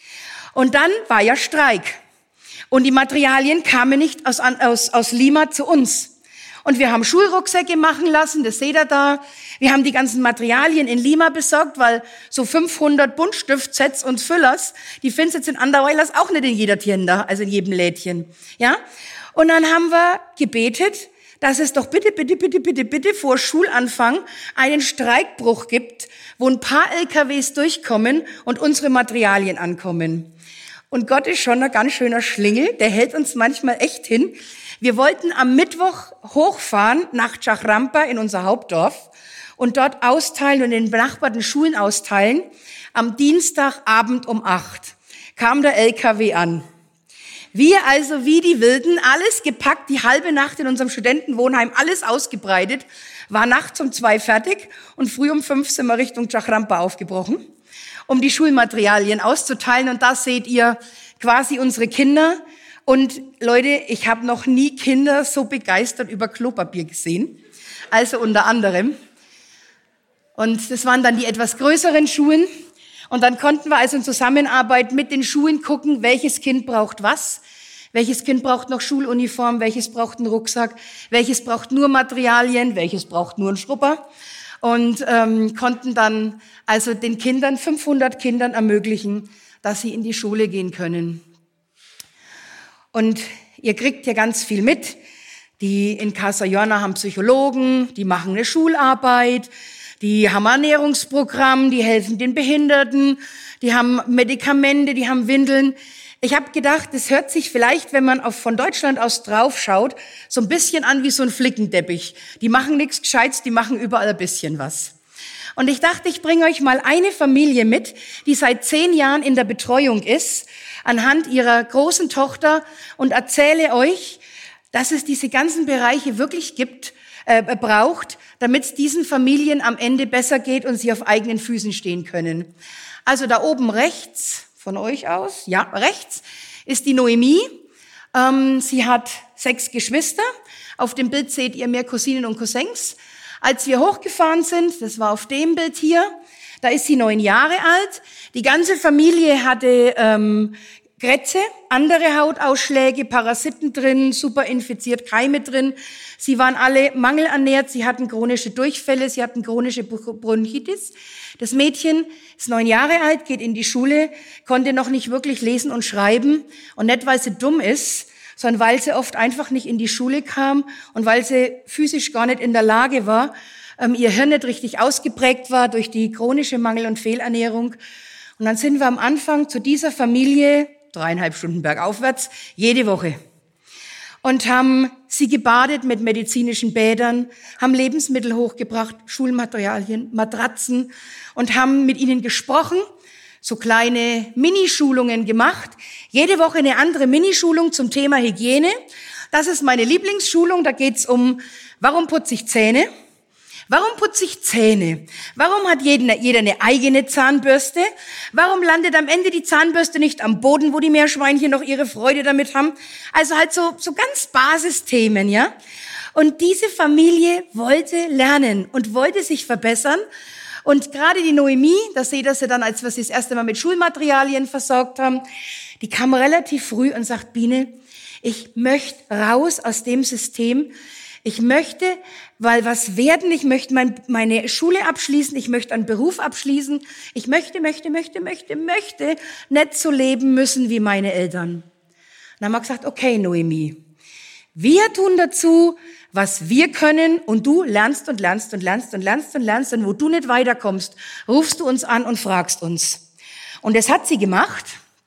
Und dann war ja Streik. Und die Materialien kamen nicht aus, aus, aus Lima zu uns. Und wir haben Schulrucksäcke machen lassen, das seht ihr da. Wir haben die ganzen Materialien in Lima besorgt, weil so fünfhundert Buntstiftsets und Füllers, die findest du jetzt in Anderweilers auch nicht in jeder Tienda, also in jedem Lädchen. Ja? Und dann haben wir gebetet, dass es doch bitte, bitte, bitte, bitte, bitte vor Schulanfang einen Streikbruch gibt, wo ein paar L K Ws durchkommen und unsere Materialien ankommen. Und Gott ist schon ein ganz schöner Schlingel, der hält uns manchmal echt hin. Wir wollten am Mittwoch hochfahren nach Chachrampa in unser Hauptdorf und dort austeilen und in den benachbarten Schulen austeilen. Am Dienstagabend um acht kam der L K W an. Wir also wie die Wilden, alles gepackt, die halbe Nacht in unserem Studentenwohnheim, alles ausgebreitet, war nachts um zwei fertig und früh um fünf sind wir Richtung Chachrampa aufgebrochen, um die Schulmaterialien auszuteilen. Und da seht ihr quasi unsere Kinder. Und Leute, ich habe noch nie Kinder so begeistert über Klopapier gesehen, also unter anderem. Und das waren dann die etwas größeren Schulen. Und dann konnten wir also in Zusammenarbeit mit den Schulen gucken, welches Kind braucht was, welches Kind braucht noch Schuluniform, welches braucht einen Rucksack, welches braucht nur Materialien, welches braucht nur einen Schrubber. Und ähm, konnten dann also den Kindern, fünfhundert Kindern ermöglichen, dass sie in die Schule gehen können. Und ihr kriegt ja ganz viel mit. Die in Casa Yorna haben Psychologen, die machen eine Schularbeit, die haben ein Ernährungsprogramm, die helfen den Behinderten, die haben Medikamente, die haben Windeln. Ich habe gedacht, das hört sich vielleicht, wenn man auf, von Deutschland aus drauf schaut, so ein bisschen an wie so ein Flickenteppich. Die machen nichts Gescheites, die machen überall ein bisschen was. Und ich dachte, ich bringe euch mal eine Familie mit, die seit zehn Jahren in der Betreuung ist, anhand ihrer großen Tochter, und erzähle euch, dass es diese ganzen Bereiche wirklich gibt, äh, braucht, damit es diesen Familien am Ende besser geht und sie auf eigenen Füßen stehen können. Also da oben rechts, von euch aus, ja, rechts, ist die Noemie. Ähm, sie hat sechs Geschwister. Auf dem Bild seht ihr mehr Cousinen und Cousins. Als wir hochgefahren sind, das war auf dem Bild hier, da ist sie neun Jahre alt. Die ganze Familie hatte ähm, Krätze, andere Hautausschläge, Parasiten drin, super infiziert, Keime drin. Sie waren alle mangelernährt, sie hatten chronische Durchfälle, sie hatten chronische Bronchitis. Das Mädchen ist neun Jahre alt, geht in die Schule, konnte noch nicht wirklich lesen und schreiben. Und nicht, weil sie dumm ist, sondern weil sie oft einfach nicht in die Schule kam und weil sie physisch gar nicht in der Lage war, ähm, ihr Hirn nicht richtig ausgeprägt war durch die chronische Mangel- und Fehlernährung. Und dann sind wir am Anfang zu dieser Familie, dreieinhalb Stunden bergaufwärts, jede Woche. Und haben sie gebadet mit medizinischen Bädern, haben Lebensmittel hochgebracht, Schulmaterialien, Matratzen und haben mit ihnen gesprochen, so kleine Minischulungen gemacht. Jede Woche eine andere Minischulung zum Thema Hygiene. Das ist meine Lieblingsschulung. Da geht's um, warum putze ich Zähne? Warum putze ich Zähne? Warum hat jeder, jeder eine eigene Zahnbürste? Warum landet am Ende die Zahnbürste nicht am Boden, wo die Meerschweinchen noch ihre Freude damit haben? Also halt so, so ganz Basisthemen, ja? Und diese Familie wollte lernen und wollte sich verbessern. Und gerade die Noemie, da seht ihr sie dann, als wir sie das erste Mal mit Schulmaterialien versorgt haben, die kam relativ früh und sagt, Biene, ich möchte raus aus dem System. Ich möchte, weil was werden, ich möchte mein, meine Schule abschließen, ich möchte einen Beruf abschließen. Ich möchte, möchte, möchte, möchte, möchte nicht so leben müssen wie meine Eltern. Dann haben wir gesagt, okay, Noemie, wir tun dazu, was wir können, und du lernst und lernst und lernst und lernst und lernst, und wo du nicht weiterkommst, rufst du uns an und fragst uns. Und das hat sie gemacht.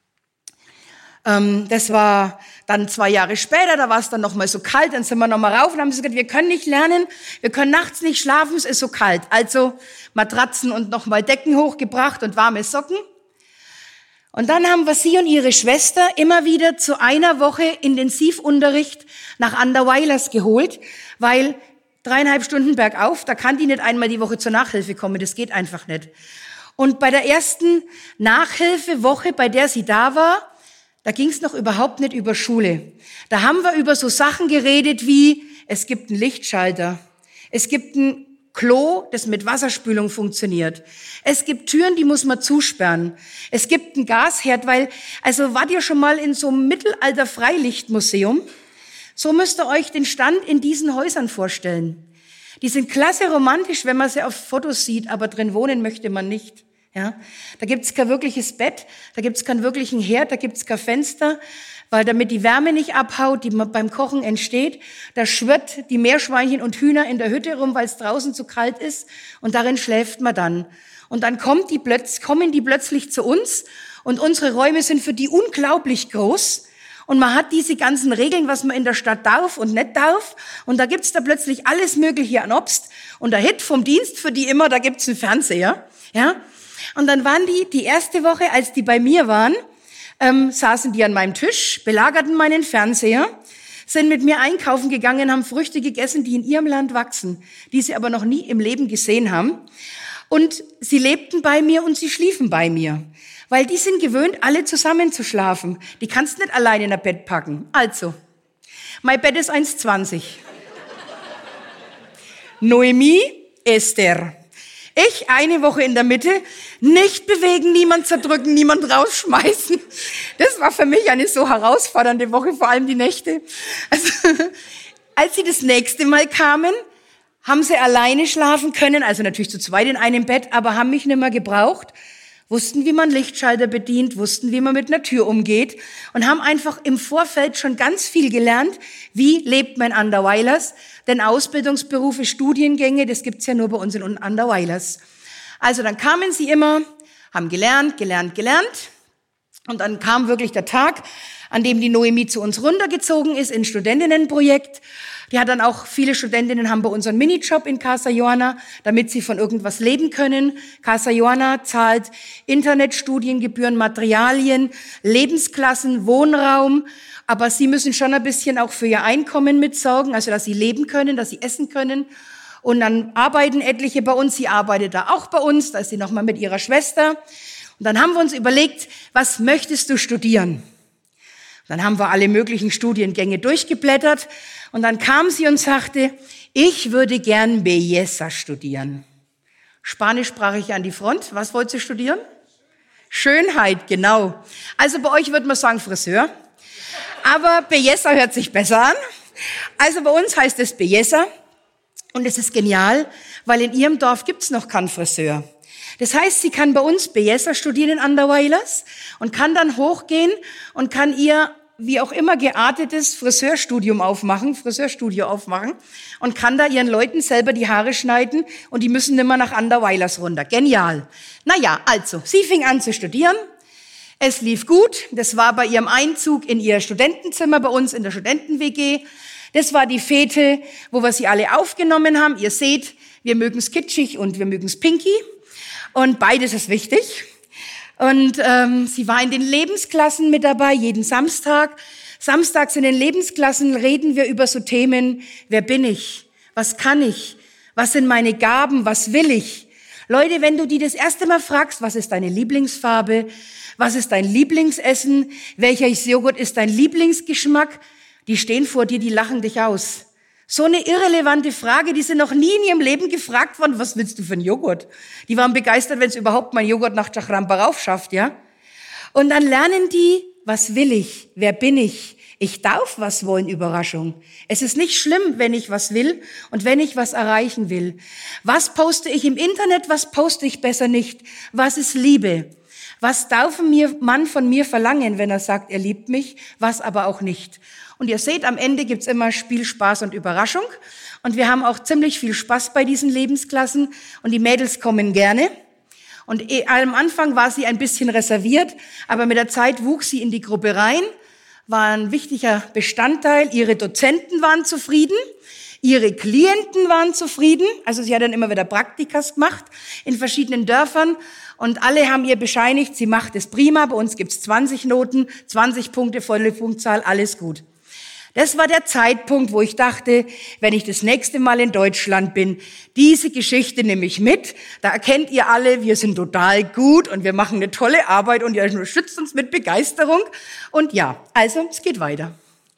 Ähm, das war dann zwei Jahre später, da war es dann noch mal so kalt, dann sind wir noch mal rauf und haben gesagt, wir können nicht lernen, wir können nachts nicht schlafen, es ist so kalt. Also Matratzen und noch mal Decken hochgebracht und warme Socken. Und dann haben wir sie und ihre Schwester immer wieder zu einer Woche Intensivunterricht nach Anderweilers geholt, weil dreieinhalb Stunden bergauf, da kann die nicht einmal die Woche zur Nachhilfe kommen, das geht einfach nicht. Und bei der ersten Nachhilfewoche, bei der sie da war, da ging es noch überhaupt nicht über Schule. Da haben wir über so Sachen geredet wie, es gibt einen Lichtschalter, es gibt ein Klo, das mit Wasserspülung funktioniert. Es gibt Türen, die muss man zusperren. Es gibt einen Gasherd, weil, also wart ihr schon mal in so einem Mittelalter-Freilichtmuseum? So müsst ihr euch den Stand in diesen Häusern vorstellen. Die sind klasse romantisch, wenn man sie auf Fotos sieht, aber drin wohnen möchte man nicht. Ja, da gibt's kein wirkliches Bett, da gibt's keinen wirklichen Herd, da gibt's kein Fenster, weil damit die Wärme nicht abhaut, die beim Kochen entsteht, da schwirrt die Meerschweinchen und Hühner in der Hütte rum, weil es draußen zu kalt ist, und darin schläft man dann. Und dann kommt die plötz, kommen die plötzlich zu uns, und unsere Räume sind für die unglaublich groß, und man hat diese ganzen Regeln, was man in der Stadt darf und nicht darf, und da gibt's da plötzlich alles Mögliche an Obst, und der Hit vom Dienst für die immer, da gibt's einen Fernseher, ja. Und dann waren die, die erste Woche, als die bei mir waren, ähm, saßen die an meinem Tisch, belagerten meinen Fernseher, sind mit mir einkaufen gegangen, haben Früchte gegessen, die in ihrem Land wachsen, die sie aber noch nie im Leben gesehen haben. Und sie lebten bei mir und sie schliefen bei mir, weil die sind gewöhnt, alle zusammen zu schlafen. Die kannst nicht alleine in ein Bett packen. Also, mein Bett ist eins zwanzig. Noemie, Esther. Ich eine Woche in der Mitte, nicht bewegen, niemand zerdrücken, niemand rausschmeißen. Das war für mich eine so herausfordernde Woche, vor allem die Nächte. Also, als sie das nächste Mal kamen, haben sie alleine schlafen können, also natürlich zu zweit in einem Bett, aber haben mich nicht mehr gebraucht, wussten, wie man Lichtschalter bedient, wussten, wie man mit einer Tür umgeht, und haben einfach im Vorfeld schon ganz viel gelernt, wie lebt man in Anderweilers. Denn Ausbildungsberufe, Studiengänge, das gibt's ja nur bei uns in Anderweilers. Also dann kamen sie immer, haben gelernt, gelernt, gelernt. Und dann kam wirklich der Tag, an dem die Noemi zu uns runtergezogen ist, in Studentinnenprojekt. Die hat dann auch, viele Studentinnen haben bei uns einen Minijob in Casa Joana, damit sie von irgendwas leben können. Casa Joana zahlt Internetstudiengebühren, Materialien, Lebensklassen, Wohnraum. Aber sie müssen schon ein bisschen auch für ihr Einkommen mitsorgen, also dass sie leben können, dass sie essen können. Und dann arbeiten etliche bei uns. Sie arbeitet da auch bei uns, da ist sie nochmal mit ihrer Schwester. Und dann haben wir uns überlegt, was möchtest du studieren? Dann haben wir alle möglichen Studiengänge durchgeblättert. Und dann kam sie und sagte, ich würde gern Belleza studieren. Spanisch sprach ich an die Front. Was wollt ihr studieren? Schönheit, genau. Also bei euch würde man sagen Friseur. Aber Belleza hört sich besser an. Also bei uns heißt es Belleza. Und es ist genial, weil in ihrem Dorf gibt's noch keinen Friseur. Das heißt, sie kann bei uns Belleza studieren in Anderweilers und kann dann hochgehen und kann ihr, wie auch immer, geartetes Friseurstudium aufmachen, Friseurstudio aufmachen und kann da ihren Leuten selber die Haare schneiden und die müssen nimmer nach Anderweilers runter. Genial. Naja, also, sie fing an zu studieren. Es lief gut. Das war bei ihrem Einzug in ihr Studentenzimmer bei uns in der Studenten-W G. Das war die Fete, wo wir sie alle aufgenommen haben. Ihr seht, wir mögen's kitschig und wir mögen's pinky. Und beides ist wichtig. Und ähm, sie war in den Lebensklassen mit dabei, jeden Samstag. Samstags in den Lebensklassen reden wir über so Themen, wer bin ich? Was kann ich? Was sind meine Gaben? Was will ich? Leute, wenn du die das erste Mal fragst, was ist deine Lieblingsfarbe? Was ist dein Lieblingsessen? Welcher Joghurt ist dein Lieblingsgeschmack? Die stehen vor dir, die lachen dich aus. So eine irrelevante Frage, die sind noch nie in ihrem Leben gefragt worden, was willst du für einen Joghurt? Die waren begeistert, wenn es überhaupt mal Joghurt nach Chachrampa raufschafft, ja? Und dann lernen die, was will ich? Wer bin ich? Ich darf was wollen, Überraschung. Es ist nicht schlimm, wenn ich was will und wenn ich was erreichen will. Was poste ich im Internet, was poste ich besser nicht? Was ist Liebe? Was darf mir Mann von mir verlangen, wenn er sagt, er liebt mich, was aber auch nicht? Und ihr seht, am Ende gibt's immer Spiel, Spaß und Überraschung. Und wir haben auch ziemlich viel Spaß bei diesen Lebensklassen. Und die Mädels kommen gerne. Und am Anfang war sie ein bisschen reserviert, aber mit der Zeit wuchs sie in die Gruppe rein, war ein wichtiger Bestandteil. Ihre Dozenten waren zufrieden, ihre Klienten waren zufrieden. Also sie hat dann immer wieder Praktikas gemacht in verschiedenen Dörfern. Und alle haben ihr bescheinigt, sie macht es prima. Bei uns gibt's zwanzig Noten, zwanzig Punkte, volle Punktzahl, alles gut. Das war der Zeitpunkt, wo ich dachte, wenn ich das nächste Mal in Deutschland bin, diese Geschichte nehme ich mit. Da erkennt ihr alle, wir sind total gut und wir machen eine tolle Arbeit und ihr unterstützt uns mit Begeisterung. Und ja, also es geht weiter.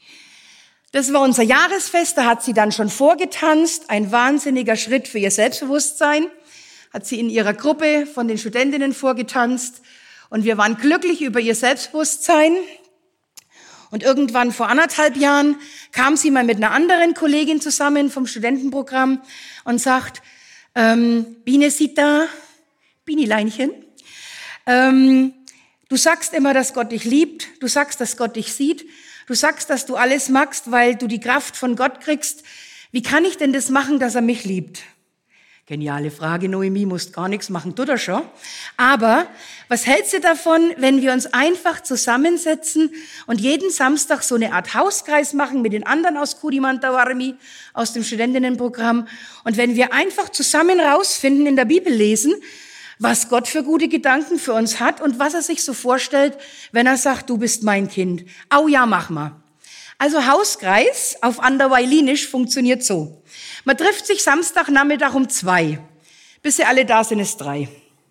Das war unser Jahresfest, da hat sie dann schon vorgetanzt. Ein wahnsinniger Schritt für ihr Selbstbewusstsein. Hat sie in ihrer Gruppe von den Studentinnen vorgetanzt. Und wir waren glücklich über ihr Selbstbewusstsein. Und irgendwann vor anderthalb Jahren kam sie mal mit einer anderen Kollegin zusammen vom Studentenprogramm und sagt, ähm, Binesita, Binileinchen, ähm, du sagst immer, dass Gott dich liebt, du sagst, dass Gott dich sieht, du sagst, dass du alles magst, weil du die Kraft von Gott kriegst. Wie kann ich denn das machen, dass er mich liebt? Geniale Frage, Noemi, musst gar nichts machen, tut er schon. Aber was hältst du davon, wenn wir uns einfach zusammensetzen und jeden Samstag so eine Art Hauskreis machen mit den anderen aus Kudimantawarmi, aus dem Studentinnenprogramm, und wenn wir einfach zusammen rausfinden, in der Bibel lesen, was Gott für gute Gedanken für uns hat und was er sich so vorstellt, wenn er sagt, du bist mein Kind. Au ja, mach mal. Also Hauskreis auf Anderweilinisch funktioniert so. Man trifft sich Samstagnachmittag um zwei. Bis sie alle da sind, ist drei.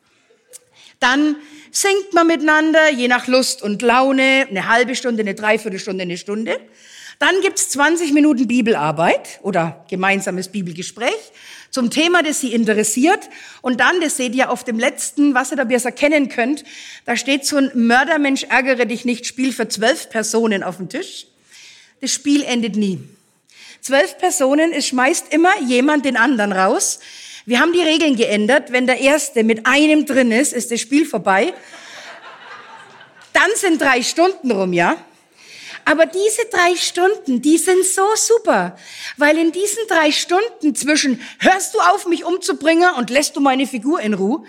Dann singt man miteinander, je nach Lust und Laune, eine halbe Stunde, eine Dreiviertelstunde, eine Stunde. Dann gibt's zwanzig Minuten Bibelarbeit oder gemeinsames Bibelgespräch zum Thema, das Sie interessiert. Und dann, das seht ihr auf dem letzten, was ihr da besser erkennen könnt, da steht so ein Mördermensch, ärgere dich nicht, Spiel für zwölf Personen auf dem Tisch. Das Spiel endet nie. Zwölf Personen, es schmeißt immer jemand den anderen raus. Wir haben die Regeln geändert. Wenn der Erste mit einem drin ist, ist das Spiel vorbei. Dann sind drei Stunden rum, ja? Aber diese drei Stunden, die sind so super, weil in diesen drei Stunden zwischen hörst du auf, mich umzubringen und lässt du meine Figur in Ruhe,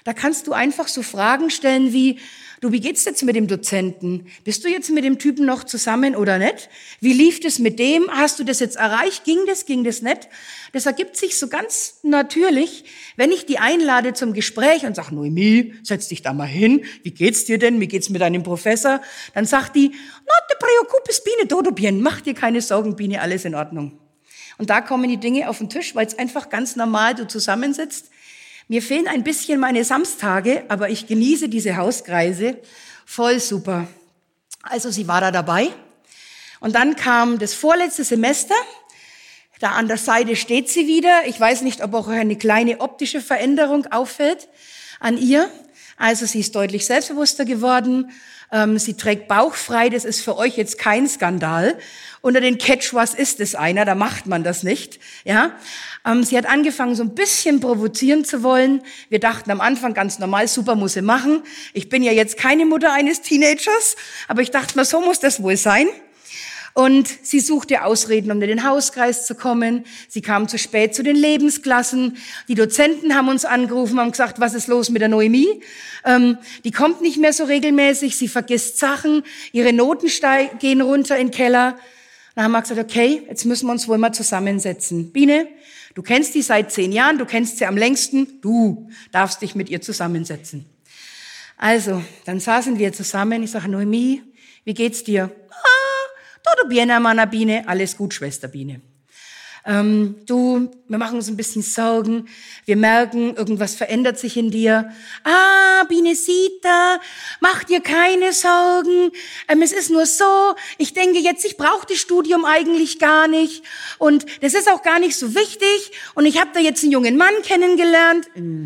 Da kannst du einfach so Fragen stellen wie, du, wie geht's jetzt mit dem Dozenten? Bist du jetzt mit dem Typen noch zusammen oder nicht? Wie lief das mit dem? Hast du das jetzt erreicht? Ging das, ging das nicht? Das ergibt sich so ganz natürlich, wenn ich die einlade zum Gespräch und sage, Noemi, setz dich da mal hin. Wie geht's dir denn? Wie geht's mit deinem Professor? Dann sagt die, no te preocupes, Biene, todo bien. Mach dir keine Sorgen, Biene, alles in Ordnung. Und da kommen die Dinge auf den Tisch, weil es einfach ganz normal du zusammensitzt. Mir fehlen ein bisschen meine Samstage, aber ich genieße diese Hauskreise. Voll super. Also sie war da dabei. Und dann kam das vorletzte Semester. Da an der Seite steht sie wieder. Ich weiß nicht, ob auch eine kleine optische Veränderung auffällt an ihr. Also sie ist deutlich selbstbewusster geworden. Ähm, sie trägt bauchfrei. Das ist für euch jetzt kein Skandal. Unter den Catch, was ist es einer? Da macht man das nicht. Ja. Ähm, sie hat angefangen, so ein bisschen provozieren zu wollen. Wir dachten am Anfang ganz normal, super, muss sie machen. Ich bin ja jetzt keine Mutter eines Teenagers, aber ich dachte mir, so muss das wohl sein. Und sie suchte Ausreden, um in den Hauskreis zu kommen. Sie kam zu spät zu den Lebensklassen. Die Dozenten haben uns angerufen, haben gesagt, was ist los mit der Noemi? Ähm, die kommt nicht mehr so regelmäßig, sie vergisst Sachen, ihre Noten steig- gehen runter in den Keller. Dann haben wir gesagt, okay, jetzt müssen wir uns wohl mal zusammensetzen. Biene, du kennst die seit zehn Jahren, du kennst sie am längsten, du darfst dich mit ihr zusammensetzen. Also, dann saßen wir zusammen. Ich sage, Noemi, wie geht's dir? Todo bien, hermana Biene. Alles gut, Schwester Biene. Ähm, du, wir machen uns ein bisschen Sorgen. Wir merken, irgendwas verändert sich in dir. Ah, Binesita, mach dir keine Sorgen. Ähm, es ist nur so, ich denke jetzt, ich brauche das Studium eigentlich gar nicht. Und das ist auch gar nicht so wichtig. Und ich habe da jetzt einen jungen Mann kennengelernt.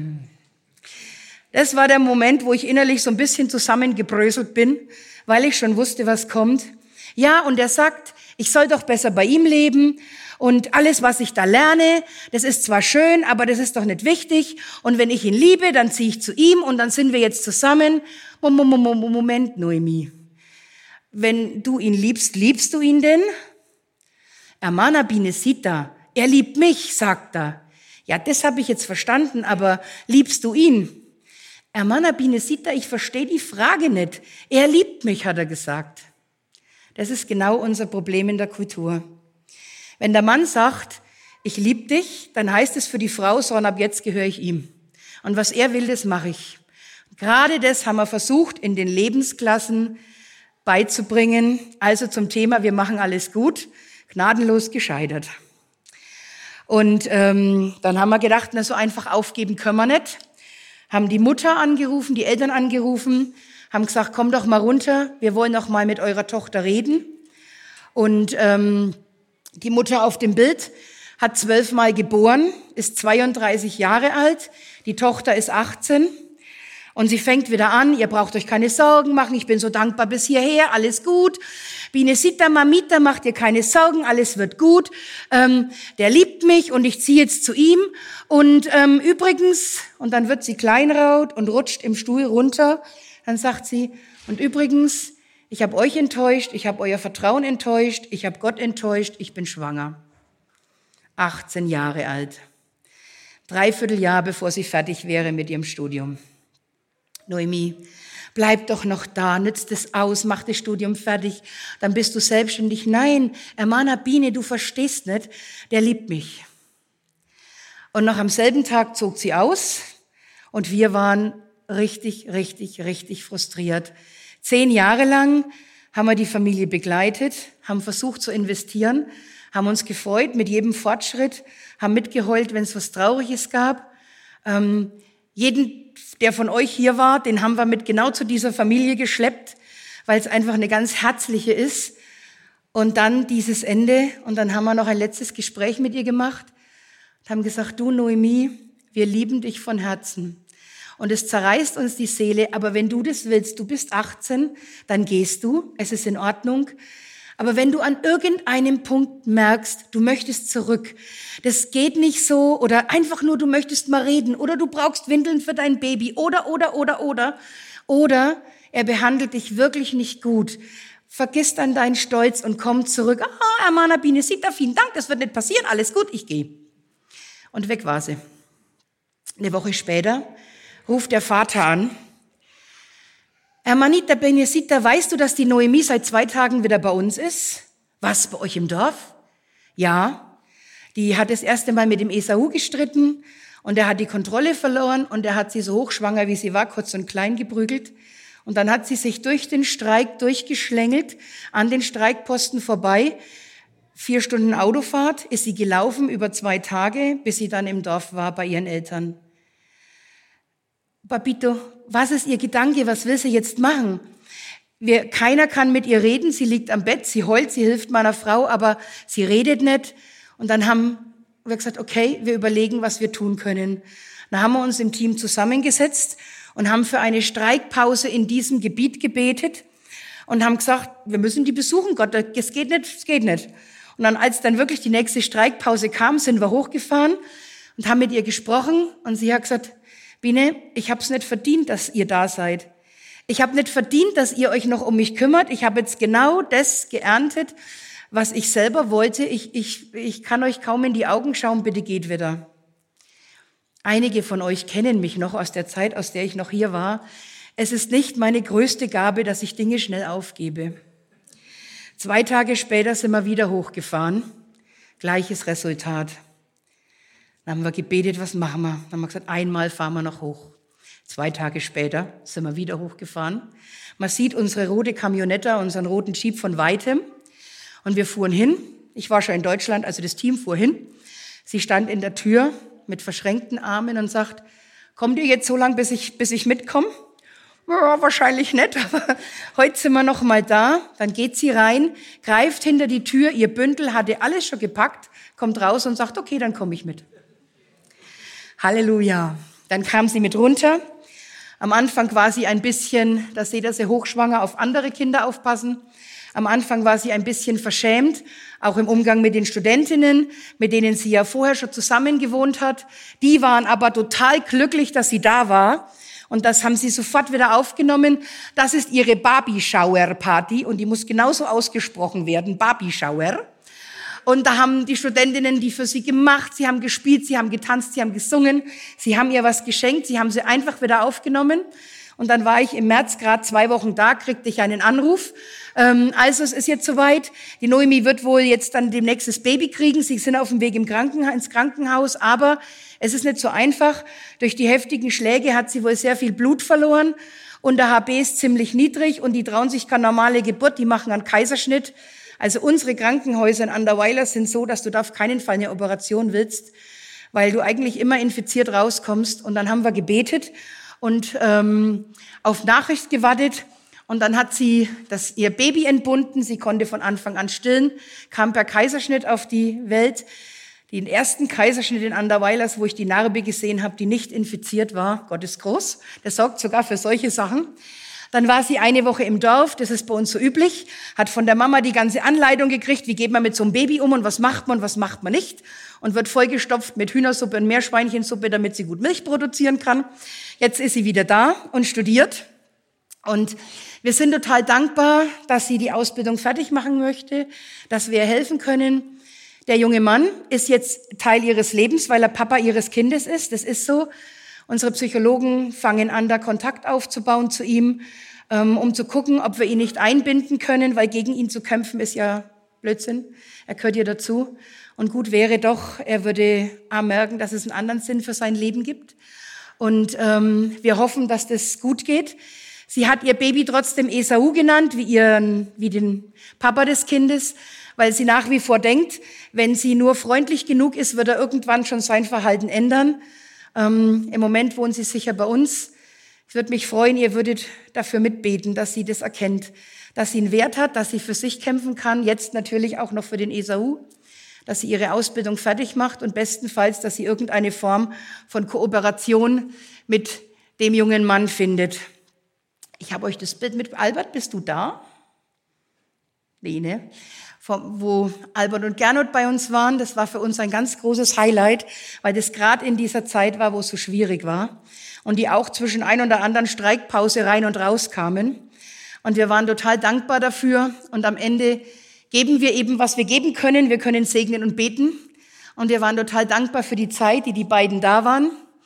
Das war der Moment, wo ich innerlich so ein bisschen zusammengebröselt bin, weil ich schon wusste, was kommt. Ja, und er sagt, ich soll doch besser bei ihm leben und alles, was ich da lerne, das ist zwar schön, aber das ist doch nicht wichtig. Und wenn ich ihn liebe, dann ziehe ich zu ihm und dann sind wir jetzt zusammen. Moment, Noemi. Wenn du ihn liebst, liebst du ihn denn? Hermana Binesita, er liebt mich, sagt er. Ja, das habe ich jetzt verstanden, aber liebst du ihn? Hermana Binesita, ich verstehe die Frage nicht. Er liebt mich, hat er gesagt. Das ist genau unser Problem in der Kultur. Wenn der Mann sagt, ich liebe dich, dann heißt es für die Frau, so und ab jetzt gehöre ich ihm. Und was er will, das mache ich. Gerade das haben wir versucht, in den Lebensklassen beizubringen. Also zum Thema, wir machen alles gut, gnadenlos gescheitert. Und ähm, dann haben wir gedacht, na so einfach aufgeben können wir nicht. Haben die Mutter angerufen, die Eltern angerufen, haben gesagt, komm doch mal runter, wir wollen noch mal mit eurer Tochter reden. Und ähm, die Mutter auf dem Bild hat zwölfmal geboren, ist zweiunddreißig Jahre alt, die Tochter ist achtzehn und sie fängt wieder an, ihr braucht euch keine Sorgen machen, ich bin so dankbar bis hierher, alles gut. Binesita, Mamita, macht ihr keine Sorgen, alles wird gut. Ähm, der liebt mich und ich ziehe jetzt zu ihm. Und ähm, übrigens, und dann wird sie kleinlaut und rutscht im Stuhl runter. Dann sagt sie, und übrigens, ich habe euch enttäuscht, ich habe euer Vertrauen enttäuscht, ich habe Gott enttäuscht, ich bin schwanger. achtzehn Jahre alt. Dreiviertel Jahr, bevor sie fertig wäre mit ihrem Studium. Noemi, bleib doch noch da, nützt es aus, mach das Studium fertig, dann bist du selbstständig. Nein, Hermana Biene, du verstehst nicht, der liebt mich. Und noch am selben Tag zog sie aus und wir waren richtig, richtig, richtig frustriert. Zehn Jahre lang haben wir die Familie begleitet, haben versucht zu investieren, haben uns gefreut mit jedem Fortschritt, haben mitgeheult, wenn es was Trauriges gab. Ähm, jeden, der von euch hier war, den haben wir mit genau zu dieser Familie geschleppt, weil es einfach eine ganz herzliche ist. Und dann dieses Ende. Und dann haben wir noch ein letztes Gespräch mit ihr gemacht und haben gesagt, du Noemi, wir lieben dich von Herzen. Und es zerreißt uns die Seele, aber wenn du das willst, du bist achtzehn, dann gehst du, es ist in Ordnung. Aber wenn du an irgendeinem Punkt merkst, du möchtest zurück, das geht nicht so, oder einfach nur, du möchtest mal reden, oder du brauchst Windeln für dein Baby, oder, oder, oder, oder, oder er behandelt dich wirklich nicht gut, vergiss dann deinen Stolz und komm zurück. Ah, Hermana Binesita, vielen Dank, das wird nicht passieren, alles gut, ich gehe. Und weg war sie. Eine Woche später ruft der Vater an. Hermanita Benjesita, weißt du, dass die Noemi seit zwei Tagen wieder bei uns ist? Was, bei euch im Dorf? Ja, die hat das erste Mal mit dem Esau gestritten und er hat die Kontrolle verloren und er hat sie so hochschwanger, wie sie war, kurz und klein geprügelt. Und dann hat sie sich durch den Streik durchgeschlängelt, an den Streikposten vorbei. Vier Stunden Autofahrt ist sie gelaufen über zwei Tage, bis sie dann im Dorf war bei ihren Eltern. Papito, was ist ihr Gedanke? Was will sie jetzt machen? Wir, keiner kann mit ihr reden. Sie liegt am Bett, sie heult, sie hilft meiner Frau, aber sie redet nicht. Und dann haben wir gesagt, okay, wir überlegen, was wir tun können. Dann haben wir uns im Team zusammengesetzt und haben für eine Streikpause in diesem Gebiet gebetet und haben gesagt, wir müssen die besuchen, Gott, es geht nicht, es geht nicht. Und dann, als dann wirklich die nächste Streikpause kam, sind wir hochgefahren und haben mit ihr gesprochen und sie hat gesagt, Biene, ich habe es nicht verdient, dass ihr da seid. Ich habe nicht verdient, dass ihr euch noch um mich kümmert. Ich habe jetzt genau das geerntet, was ich selber wollte. Ich, ich, ich kann euch kaum in die Augen schauen, bitte geht wieder. Einige von euch kennen mich noch aus der Zeit, aus der ich noch hier war. Es ist nicht meine größte Gabe, dass ich Dinge schnell aufgebe. Zwei Tage später sind wir wieder hochgefahren. Gleiches Resultat. Dann haben wir gebetet, was machen wir? Dann haben wir gesagt, einmal fahren wir noch hoch. Zwei Tage später sind wir wieder hochgefahren. Man sieht unsere rote Camionetta, unseren roten Jeep von Weitem. Und wir fuhren hin. Ich war schon in Deutschland, also das Team fuhr hin. Sie stand in der Tür mit verschränkten Armen und sagt, kommt ihr jetzt so lange, bis ich, bis ich mitkomme? Ja, wahrscheinlich nicht, aber heute sind wir noch mal da. Dann geht sie rein, greift hinter die Tür, ihr Bündel hatte alles schon gepackt, kommt raus und sagt, okay, dann komme ich mit. Halleluja. Dann kam sie mit runter. Am Anfang war sie ein bisschen, da seht ihr sie hochschwanger, auf andere Kinder aufpassen. Am Anfang war sie ein bisschen verschämt, auch im Umgang mit den Studentinnen, mit denen sie ja vorher schon zusammen gewohnt hat. Die waren aber total glücklich, dass sie da war. Und das haben sie sofort wieder aufgenommen. Das ist ihre Barbie-Shower-Party und die muss genauso ausgesprochen werden, Barbie-Shower. Und da haben die Studentinnen die für sie gemacht, sie haben gespielt, sie haben getanzt, sie haben gesungen, sie haben ihr was geschenkt, sie haben sie einfach wieder aufgenommen. Und dann war ich im März gerade zwei Wochen da, kriegte ich einen Anruf. Ähm, also es ist jetzt soweit, die Noemi wird wohl jetzt dann demnächst das Baby kriegen. Sie sind auf dem Weg im Krankenha- ins Krankenhaus, aber es ist nicht so einfach. Durch die heftigen Schläge hat sie wohl sehr viel Blut verloren und der H B ist ziemlich niedrig und die trauen sich keine normale Geburt, die machen einen Kaiserschnitt. Also unsere Krankenhäuser in Anderweiler sind so, dass du da auf keinen Fall eine Operation willst, weil du eigentlich immer infiziert rauskommst. Und dann haben wir gebetet und ähm, auf Nachricht gewartet. Und dann hat sie das, ihr Baby entbunden. Sie konnte von Anfang an stillen, kam per Kaiserschnitt auf die Welt. Den ersten Kaiserschnitt in Anderweilers, wo ich die Narbe gesehen habe, die nicht infiziert war. Gott ist groß. Der sorgt sogar für solche Sachen. Dann war sie eine Woche im Dorf, das ist bei uns so üblich, hat von der Mama die ganze Anleitung gekriegt, wie geht man mit so einem Baby um und was macht man und was macht man nicht. Und wird vollgestopft mit Hühnersuppe und Meerschweinchensuppe, damit sie gut Milch produzieren kann. Jetzt ist sie wieder da und studiert. Und wir sind total dankbar, dass sie die Ausbildung fertig machen möchte, dass wir ihr helfen können. Der junge Mann ist jetzt Teil ihres Lebens, weil er Papa ihres Kindes ist. Das ist so. Unsere Psychologen fangen an, da Kontakt aufzubauen zu ihm, um zu gucken, ob wir ihn nicht einbinden können, weil gegen ihn zu kämpfen ist ja Blödsinn. Er gehört ja dazu. Und gut wäre doch, er würde merken, dass es einen anderen Sinn für sein Leben gibt. Und ähm, wir hoffen, dass das gut geht. Sie hat ihr Baby trotzdem Esau genannt, wie, ihren, wie den Papa des Kindes, weil sie nach wie vor denkt, wenn sie nur freundlich genug ist, wird er irgendwann schon sein Verhalten ändern. Ähm, Im Moment wohnen sie sicher bei uns. Ich würde mich freuen, ihr würdet dafür mitbeten, dass sie das erkennt, dass sie einen Wert hat, dass sie für sich kämpfen kann, jetzt natürlich auch noch für den Esau, dass sie ihre Ausbildung fertig macht und bestenfalls, dass sie irgendeine Form von Kooperation mit dem jungen Mann findet. Ich habe euch das Bild mit, Albert, bist du da? Nee, ne? Wo Albert und Gernot bei uns waren, das war für uns ein ganz großes Highlight, weil das gerade in dieser Zeit war, wo es so schwierig war und die auch zwischen ein und der anderen Streikpause rein und raus kamen. Und wir waren total dankbar dafür und am Ende geben wir eben, was wir geben können. Wir können segnen und beten und wir waren total dankbar für die Zeit, die die beiden da waren.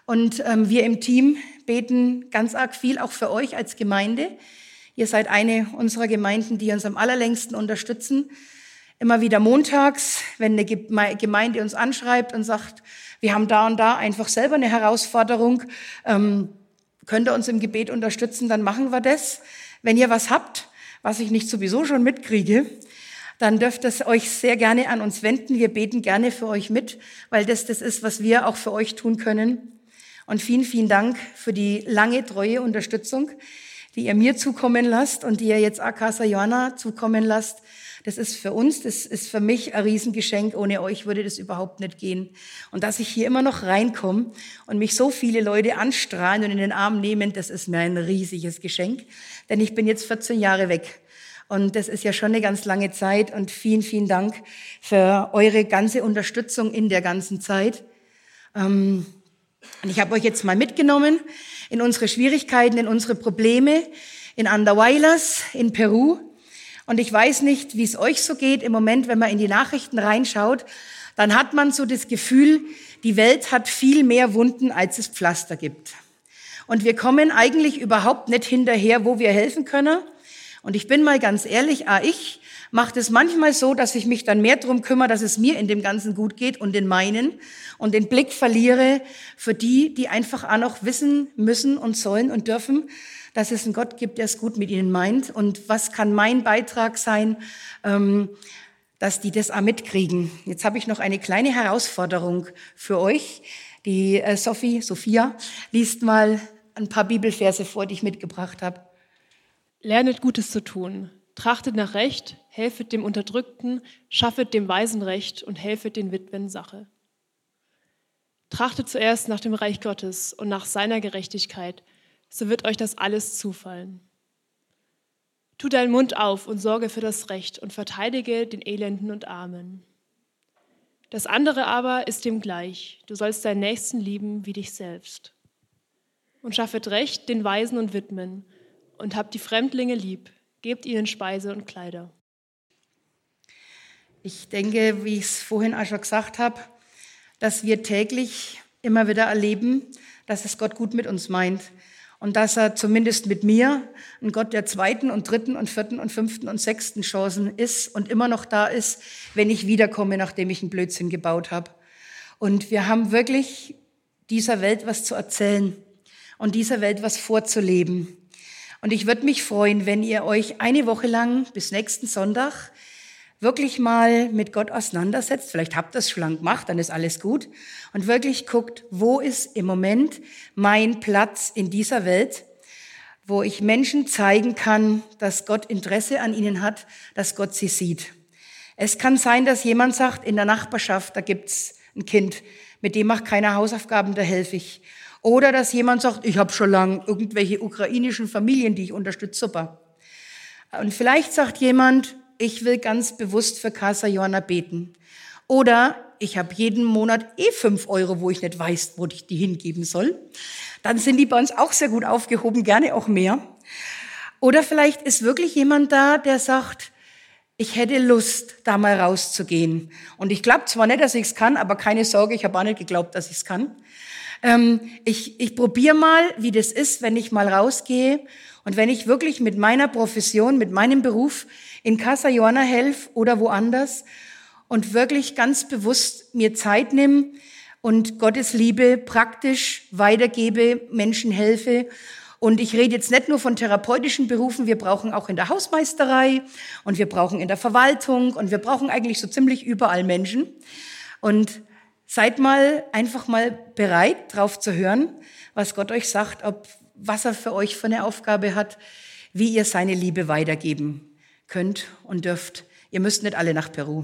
Und ähm, wir im Team beten ganz arg viel, auch für euch als Gemeinde. Ihr seid eine unserer Gemeinden, die uns am allerlängsten unterstützen. Immer wieder montags, wenn eine Gemeinde uns anschreibt und sagt, wir haben da und da einfach selber eine Herausforderung, ähm, könnt ihr uns im Gebet unterstützen, dann machen wir das. Wenn ihr was habt, was ich nicht sowieso schon mitkriege, dann dürft ihr euch sehr gerne an uns wenden. Wir beten gerne für euch mit, weil das das ist, was wir auch für euch tun können. Und vielen, vielen Dank für die lange, treue Unterstützung, die ihr mir zukommen lasst und die ihr jetzt auch Casa Joanna zukommen lasst. Das ist für uns, das ist für mich ein Riesengeschenk. Ohne euch würde das überhaupt nicht gehen. Und dass ich hier immer noch reinkomme und mich so viele Leute anstrahlen und in den Arm nehmen, das ist mir ein riesiges Geschenk. Denn ich bin jetzt vierzehn Jahre weg. Und das ist ja schon eine ganz lange Zeit. Und vielen, vielen Dank für eure ganze Unterstützung in der ganzen Zeit. Und ich habe euch jetzt mal mitgenommen in unsere Schwierigkeiten, in unsere Probleme, in Andahuaylas, in Peru. Und ich weiß nicht, wie es euch so geht im Moment, wenn man in die Nachrichten reinschaut, dann hat man so das Gefühl, die Welt hat viel mehr Wunden, als es Pflaster gibt. Und wir kommen eigentlich überhaupt nicht hinterher, wo wir helfen können. Und ich bin mal ganz ehrlich, ah, ich mache das manchmal so, dass ich mich dann mehr drum kümmere, dass es mir in dem Ganzen gut geht und in meinen und den Blick verliere für die, die einfach auch noch wissen müssen und sollen und dürfen, dass es einen Gott gibt, der es gut mit ihnen meint. Und was kann mein Beitrag sein, ähm, dass die das auch mitkriegen? Jetzt habe ich noch eine kleine Herausforderung für euch. Die äh, Sophie, Sophia, liest mal ein paar Bibelverse vor, die ich mitgebracht habe. Lernet Gutes zu tun, trachtet nach Recht, helfet dem Unterdrückten, schaffet dem Weisen Recht und helfet den Witwen Sache. Trachtet zuerst nach dem Reich Gottes und nach seiner Gerechtigkeit, so wird euch das alles zufallen. Tu deinen Mund auf und sorge für das Recht und verteidige den Elenden und Armen. Das andere aber ist dem gleich, du sollst deinen Nächsten lieben wie dich selbst. Und schaffet Recht den Weisen und Witwen und habt die Fremdlinge lieb, gebt ihnen Speise und Kleider. Ich denke, wie ich es vorhin auch schon gesagt habe, dass wir täglich immer wieder erleben, dass es Gott gut mit uns meint. Und dass er zumindest mit mir ein Gott der zweiten und dritten und vierten und fünften und sechsten Chancen ist und immer noch da ist, wenn ich wiederkomme, nachdem ich einen Blödsinn gebaut habe. Und wir haben wirklich dieser Welt was zu erzählen und dieser Welt was vorzuleben. Und ich würde mich freuen, wenn ihr euch eine Woche lang bis nächsten Sonntag wirklich mal mit Gott auseinandersetzt. Vielleicht habt ihr das schon lang gemacht, dann ist alles gut. Und wirklich guckt, wo ist im Moment mein Platz in dieser Welt, wo ich Menschen zeigen kann, dass Gott Interesse an ihnen hat, dass Gott sie sieht. Es kann sein, dass jemand sagt, in der Nachbarschaft, da gibt's ein Kind, mit dem macht keiner Hausaufgaben, da helfe ich. Oder dass jemand sagt, ich habe schon lange irgendwelche ukrainischen Familien, die ich unterstütze, super. Und vielleicht sagt jemand, ich will ganz bewusst für Casa Joanna beten. Oder ich habe jeden Monat eh fünf Euro, wo ich nicht weiß, wo ich die hingeben soll. Dann sind die bei uns auch sehr gut aufgehoben, gerne auch mehr. Oder vielleicht ist wirklich jemand da, der sagt, ich hätte Lust, da mal rauszugehen. Und ich glaube zwar nicht, dass ich es kann, aber keine Sorge, ich habe auch nicht geglaubt, dass ich es kann. Ähm, ich ich probiere mal, wie das ist, wenn ich mal rausgehe und wenn ich wirklich mit meiner Profession, mit meinem Beruf in Casa Joanna helfe oder woanders und wirklich ganz bewusst mir Zeit nehme und Gottes Liebe praktisch weitergebe, Menschen helfe. Und ich rede jetzt nicht nur von therapeutischen Berufen, wir brauchen auch in der Hausmeisterei und wir brauchen in der Verwaltung und wir brauchen eigentlich so ziemlich überall Menschen. Und seid mal einfach mal bereit, drauf zu hören, was Gott euch sagt, ob was er für euch für eine Aufgabe hat, wie ihr seine Liebe weitergeben könnt und dürft. Ihr müsst nicht alle nach Peru.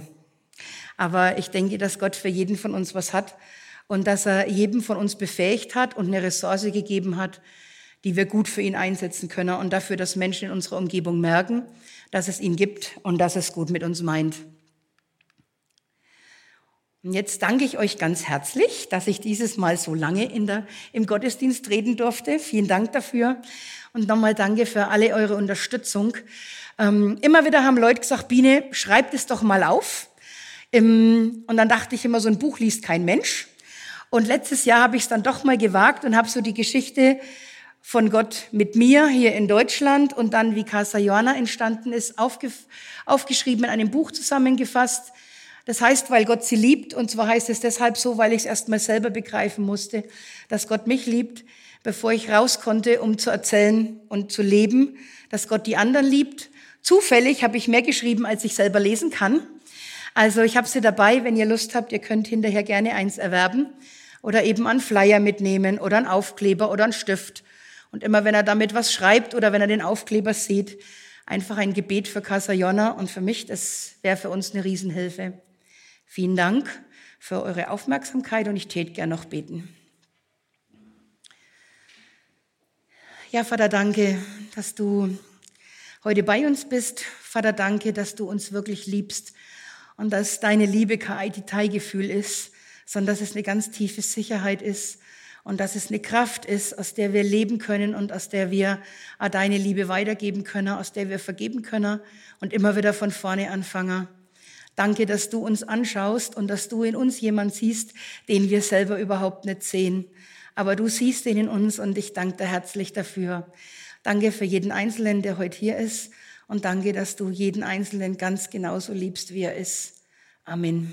Aber ich denke, dass Gott für jeden von uns was hat und dass er jedem von uns befähigt hat und eine Ressource gegeben hat, die wir gut für ihn einsetzen können und dafür, dass Menschen in unserer Umgebung merken, dass es ihn gibt und dass es gut mit uns meint. Und jetzt danke ich euch ganz herzlich, dass ich dieses Mal so lange in der, im Gottesdienst reden durfte. Vielen Dank dafür und nochmal danke für alle eure Unterstützung. Ähm, immer wieder haben Leute gesagt, Biene, schreibt es doch mal auf. Ähm, und dann dachte ich immer, so ein Buch liest kein Mensch. Und letztes Jahr habe ich es dann doch mal gewagt und habe so die Geschichte von Gott mit mir hier in Deutschland und dann, wie Casa Joana entstanden ist, aufge- aufgeschrieben, in einem Buch zusammengefasst. Das heißt, weil Gott sie liebt, und zwar heißt es deshalb so, weil ich es erst mal selber begreifen musste, dass Gott mich liebt, bevor ich raus konnte, um zu erzählen und zu leben, dass Gott die anderen liebt. Zufällig habe ich mehr geschrieben, als ich selber lesen kann. Also ich habe sie dabei, wenn ihr Lust habt, ihr könnt hinterher gerne eins erwerben oder eben einen Flyer mitnehmen oder einen Aufkleber oder einen Stift. Und immer wenn er damit was schreibt oder wenn er den Aufkleber sieht, einfach ein Gebet für Casa Joana und für mich, das wäre für uns eine Riesenhilfe. Vielen Dank für eure Aufmerksamkeit und ich täte gern noch beten. Ja, Vater, danke, dass du heute bei uns bist. Vater, danke, dass du uns wirklich liebst und dass deine Liebe kein Detailgefühl ist, sondern dass es eine ganz tiefe Sicherheit ist und dass es eine Kraft ist, aus der wir leben können und aus der wir deine Liebe weitergeben können, aus der wir vergeben können und immer wieder von vorne anfangen. Danke, dass du uns anschaust und dass du in uns jemand siehst, den wir selber überhaupt nicht sehen. Aber du siehst ihn in uns und ich danke dir herzlich dafür. Danke für jeden Einzelnen, der heute hier ist und danke, dass du jeden Einzelnen ganz genauso liebst, wie er ist. Amen.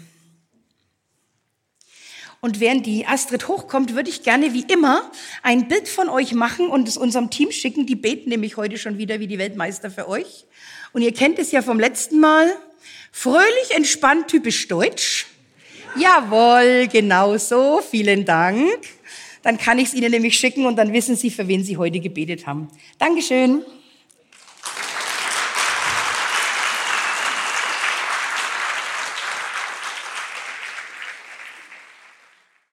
Und während die Astrid hochkommt, würde ich gerne wie immer ein Bild von euch machen und es unserem Team schicken. Die beten nämlich heute schon wieder wie die Weltmeister für euch. Und ihr kennt es ja vom letzten Mal. Fröhlich, entspannt, typisch deutsch. Jawohl, genau so. Vielen Dank. Dann kann ich es Ihnen nämlich schicken und dann wissen Sie, für wen Sie heute gebetet haben. Dankeschön.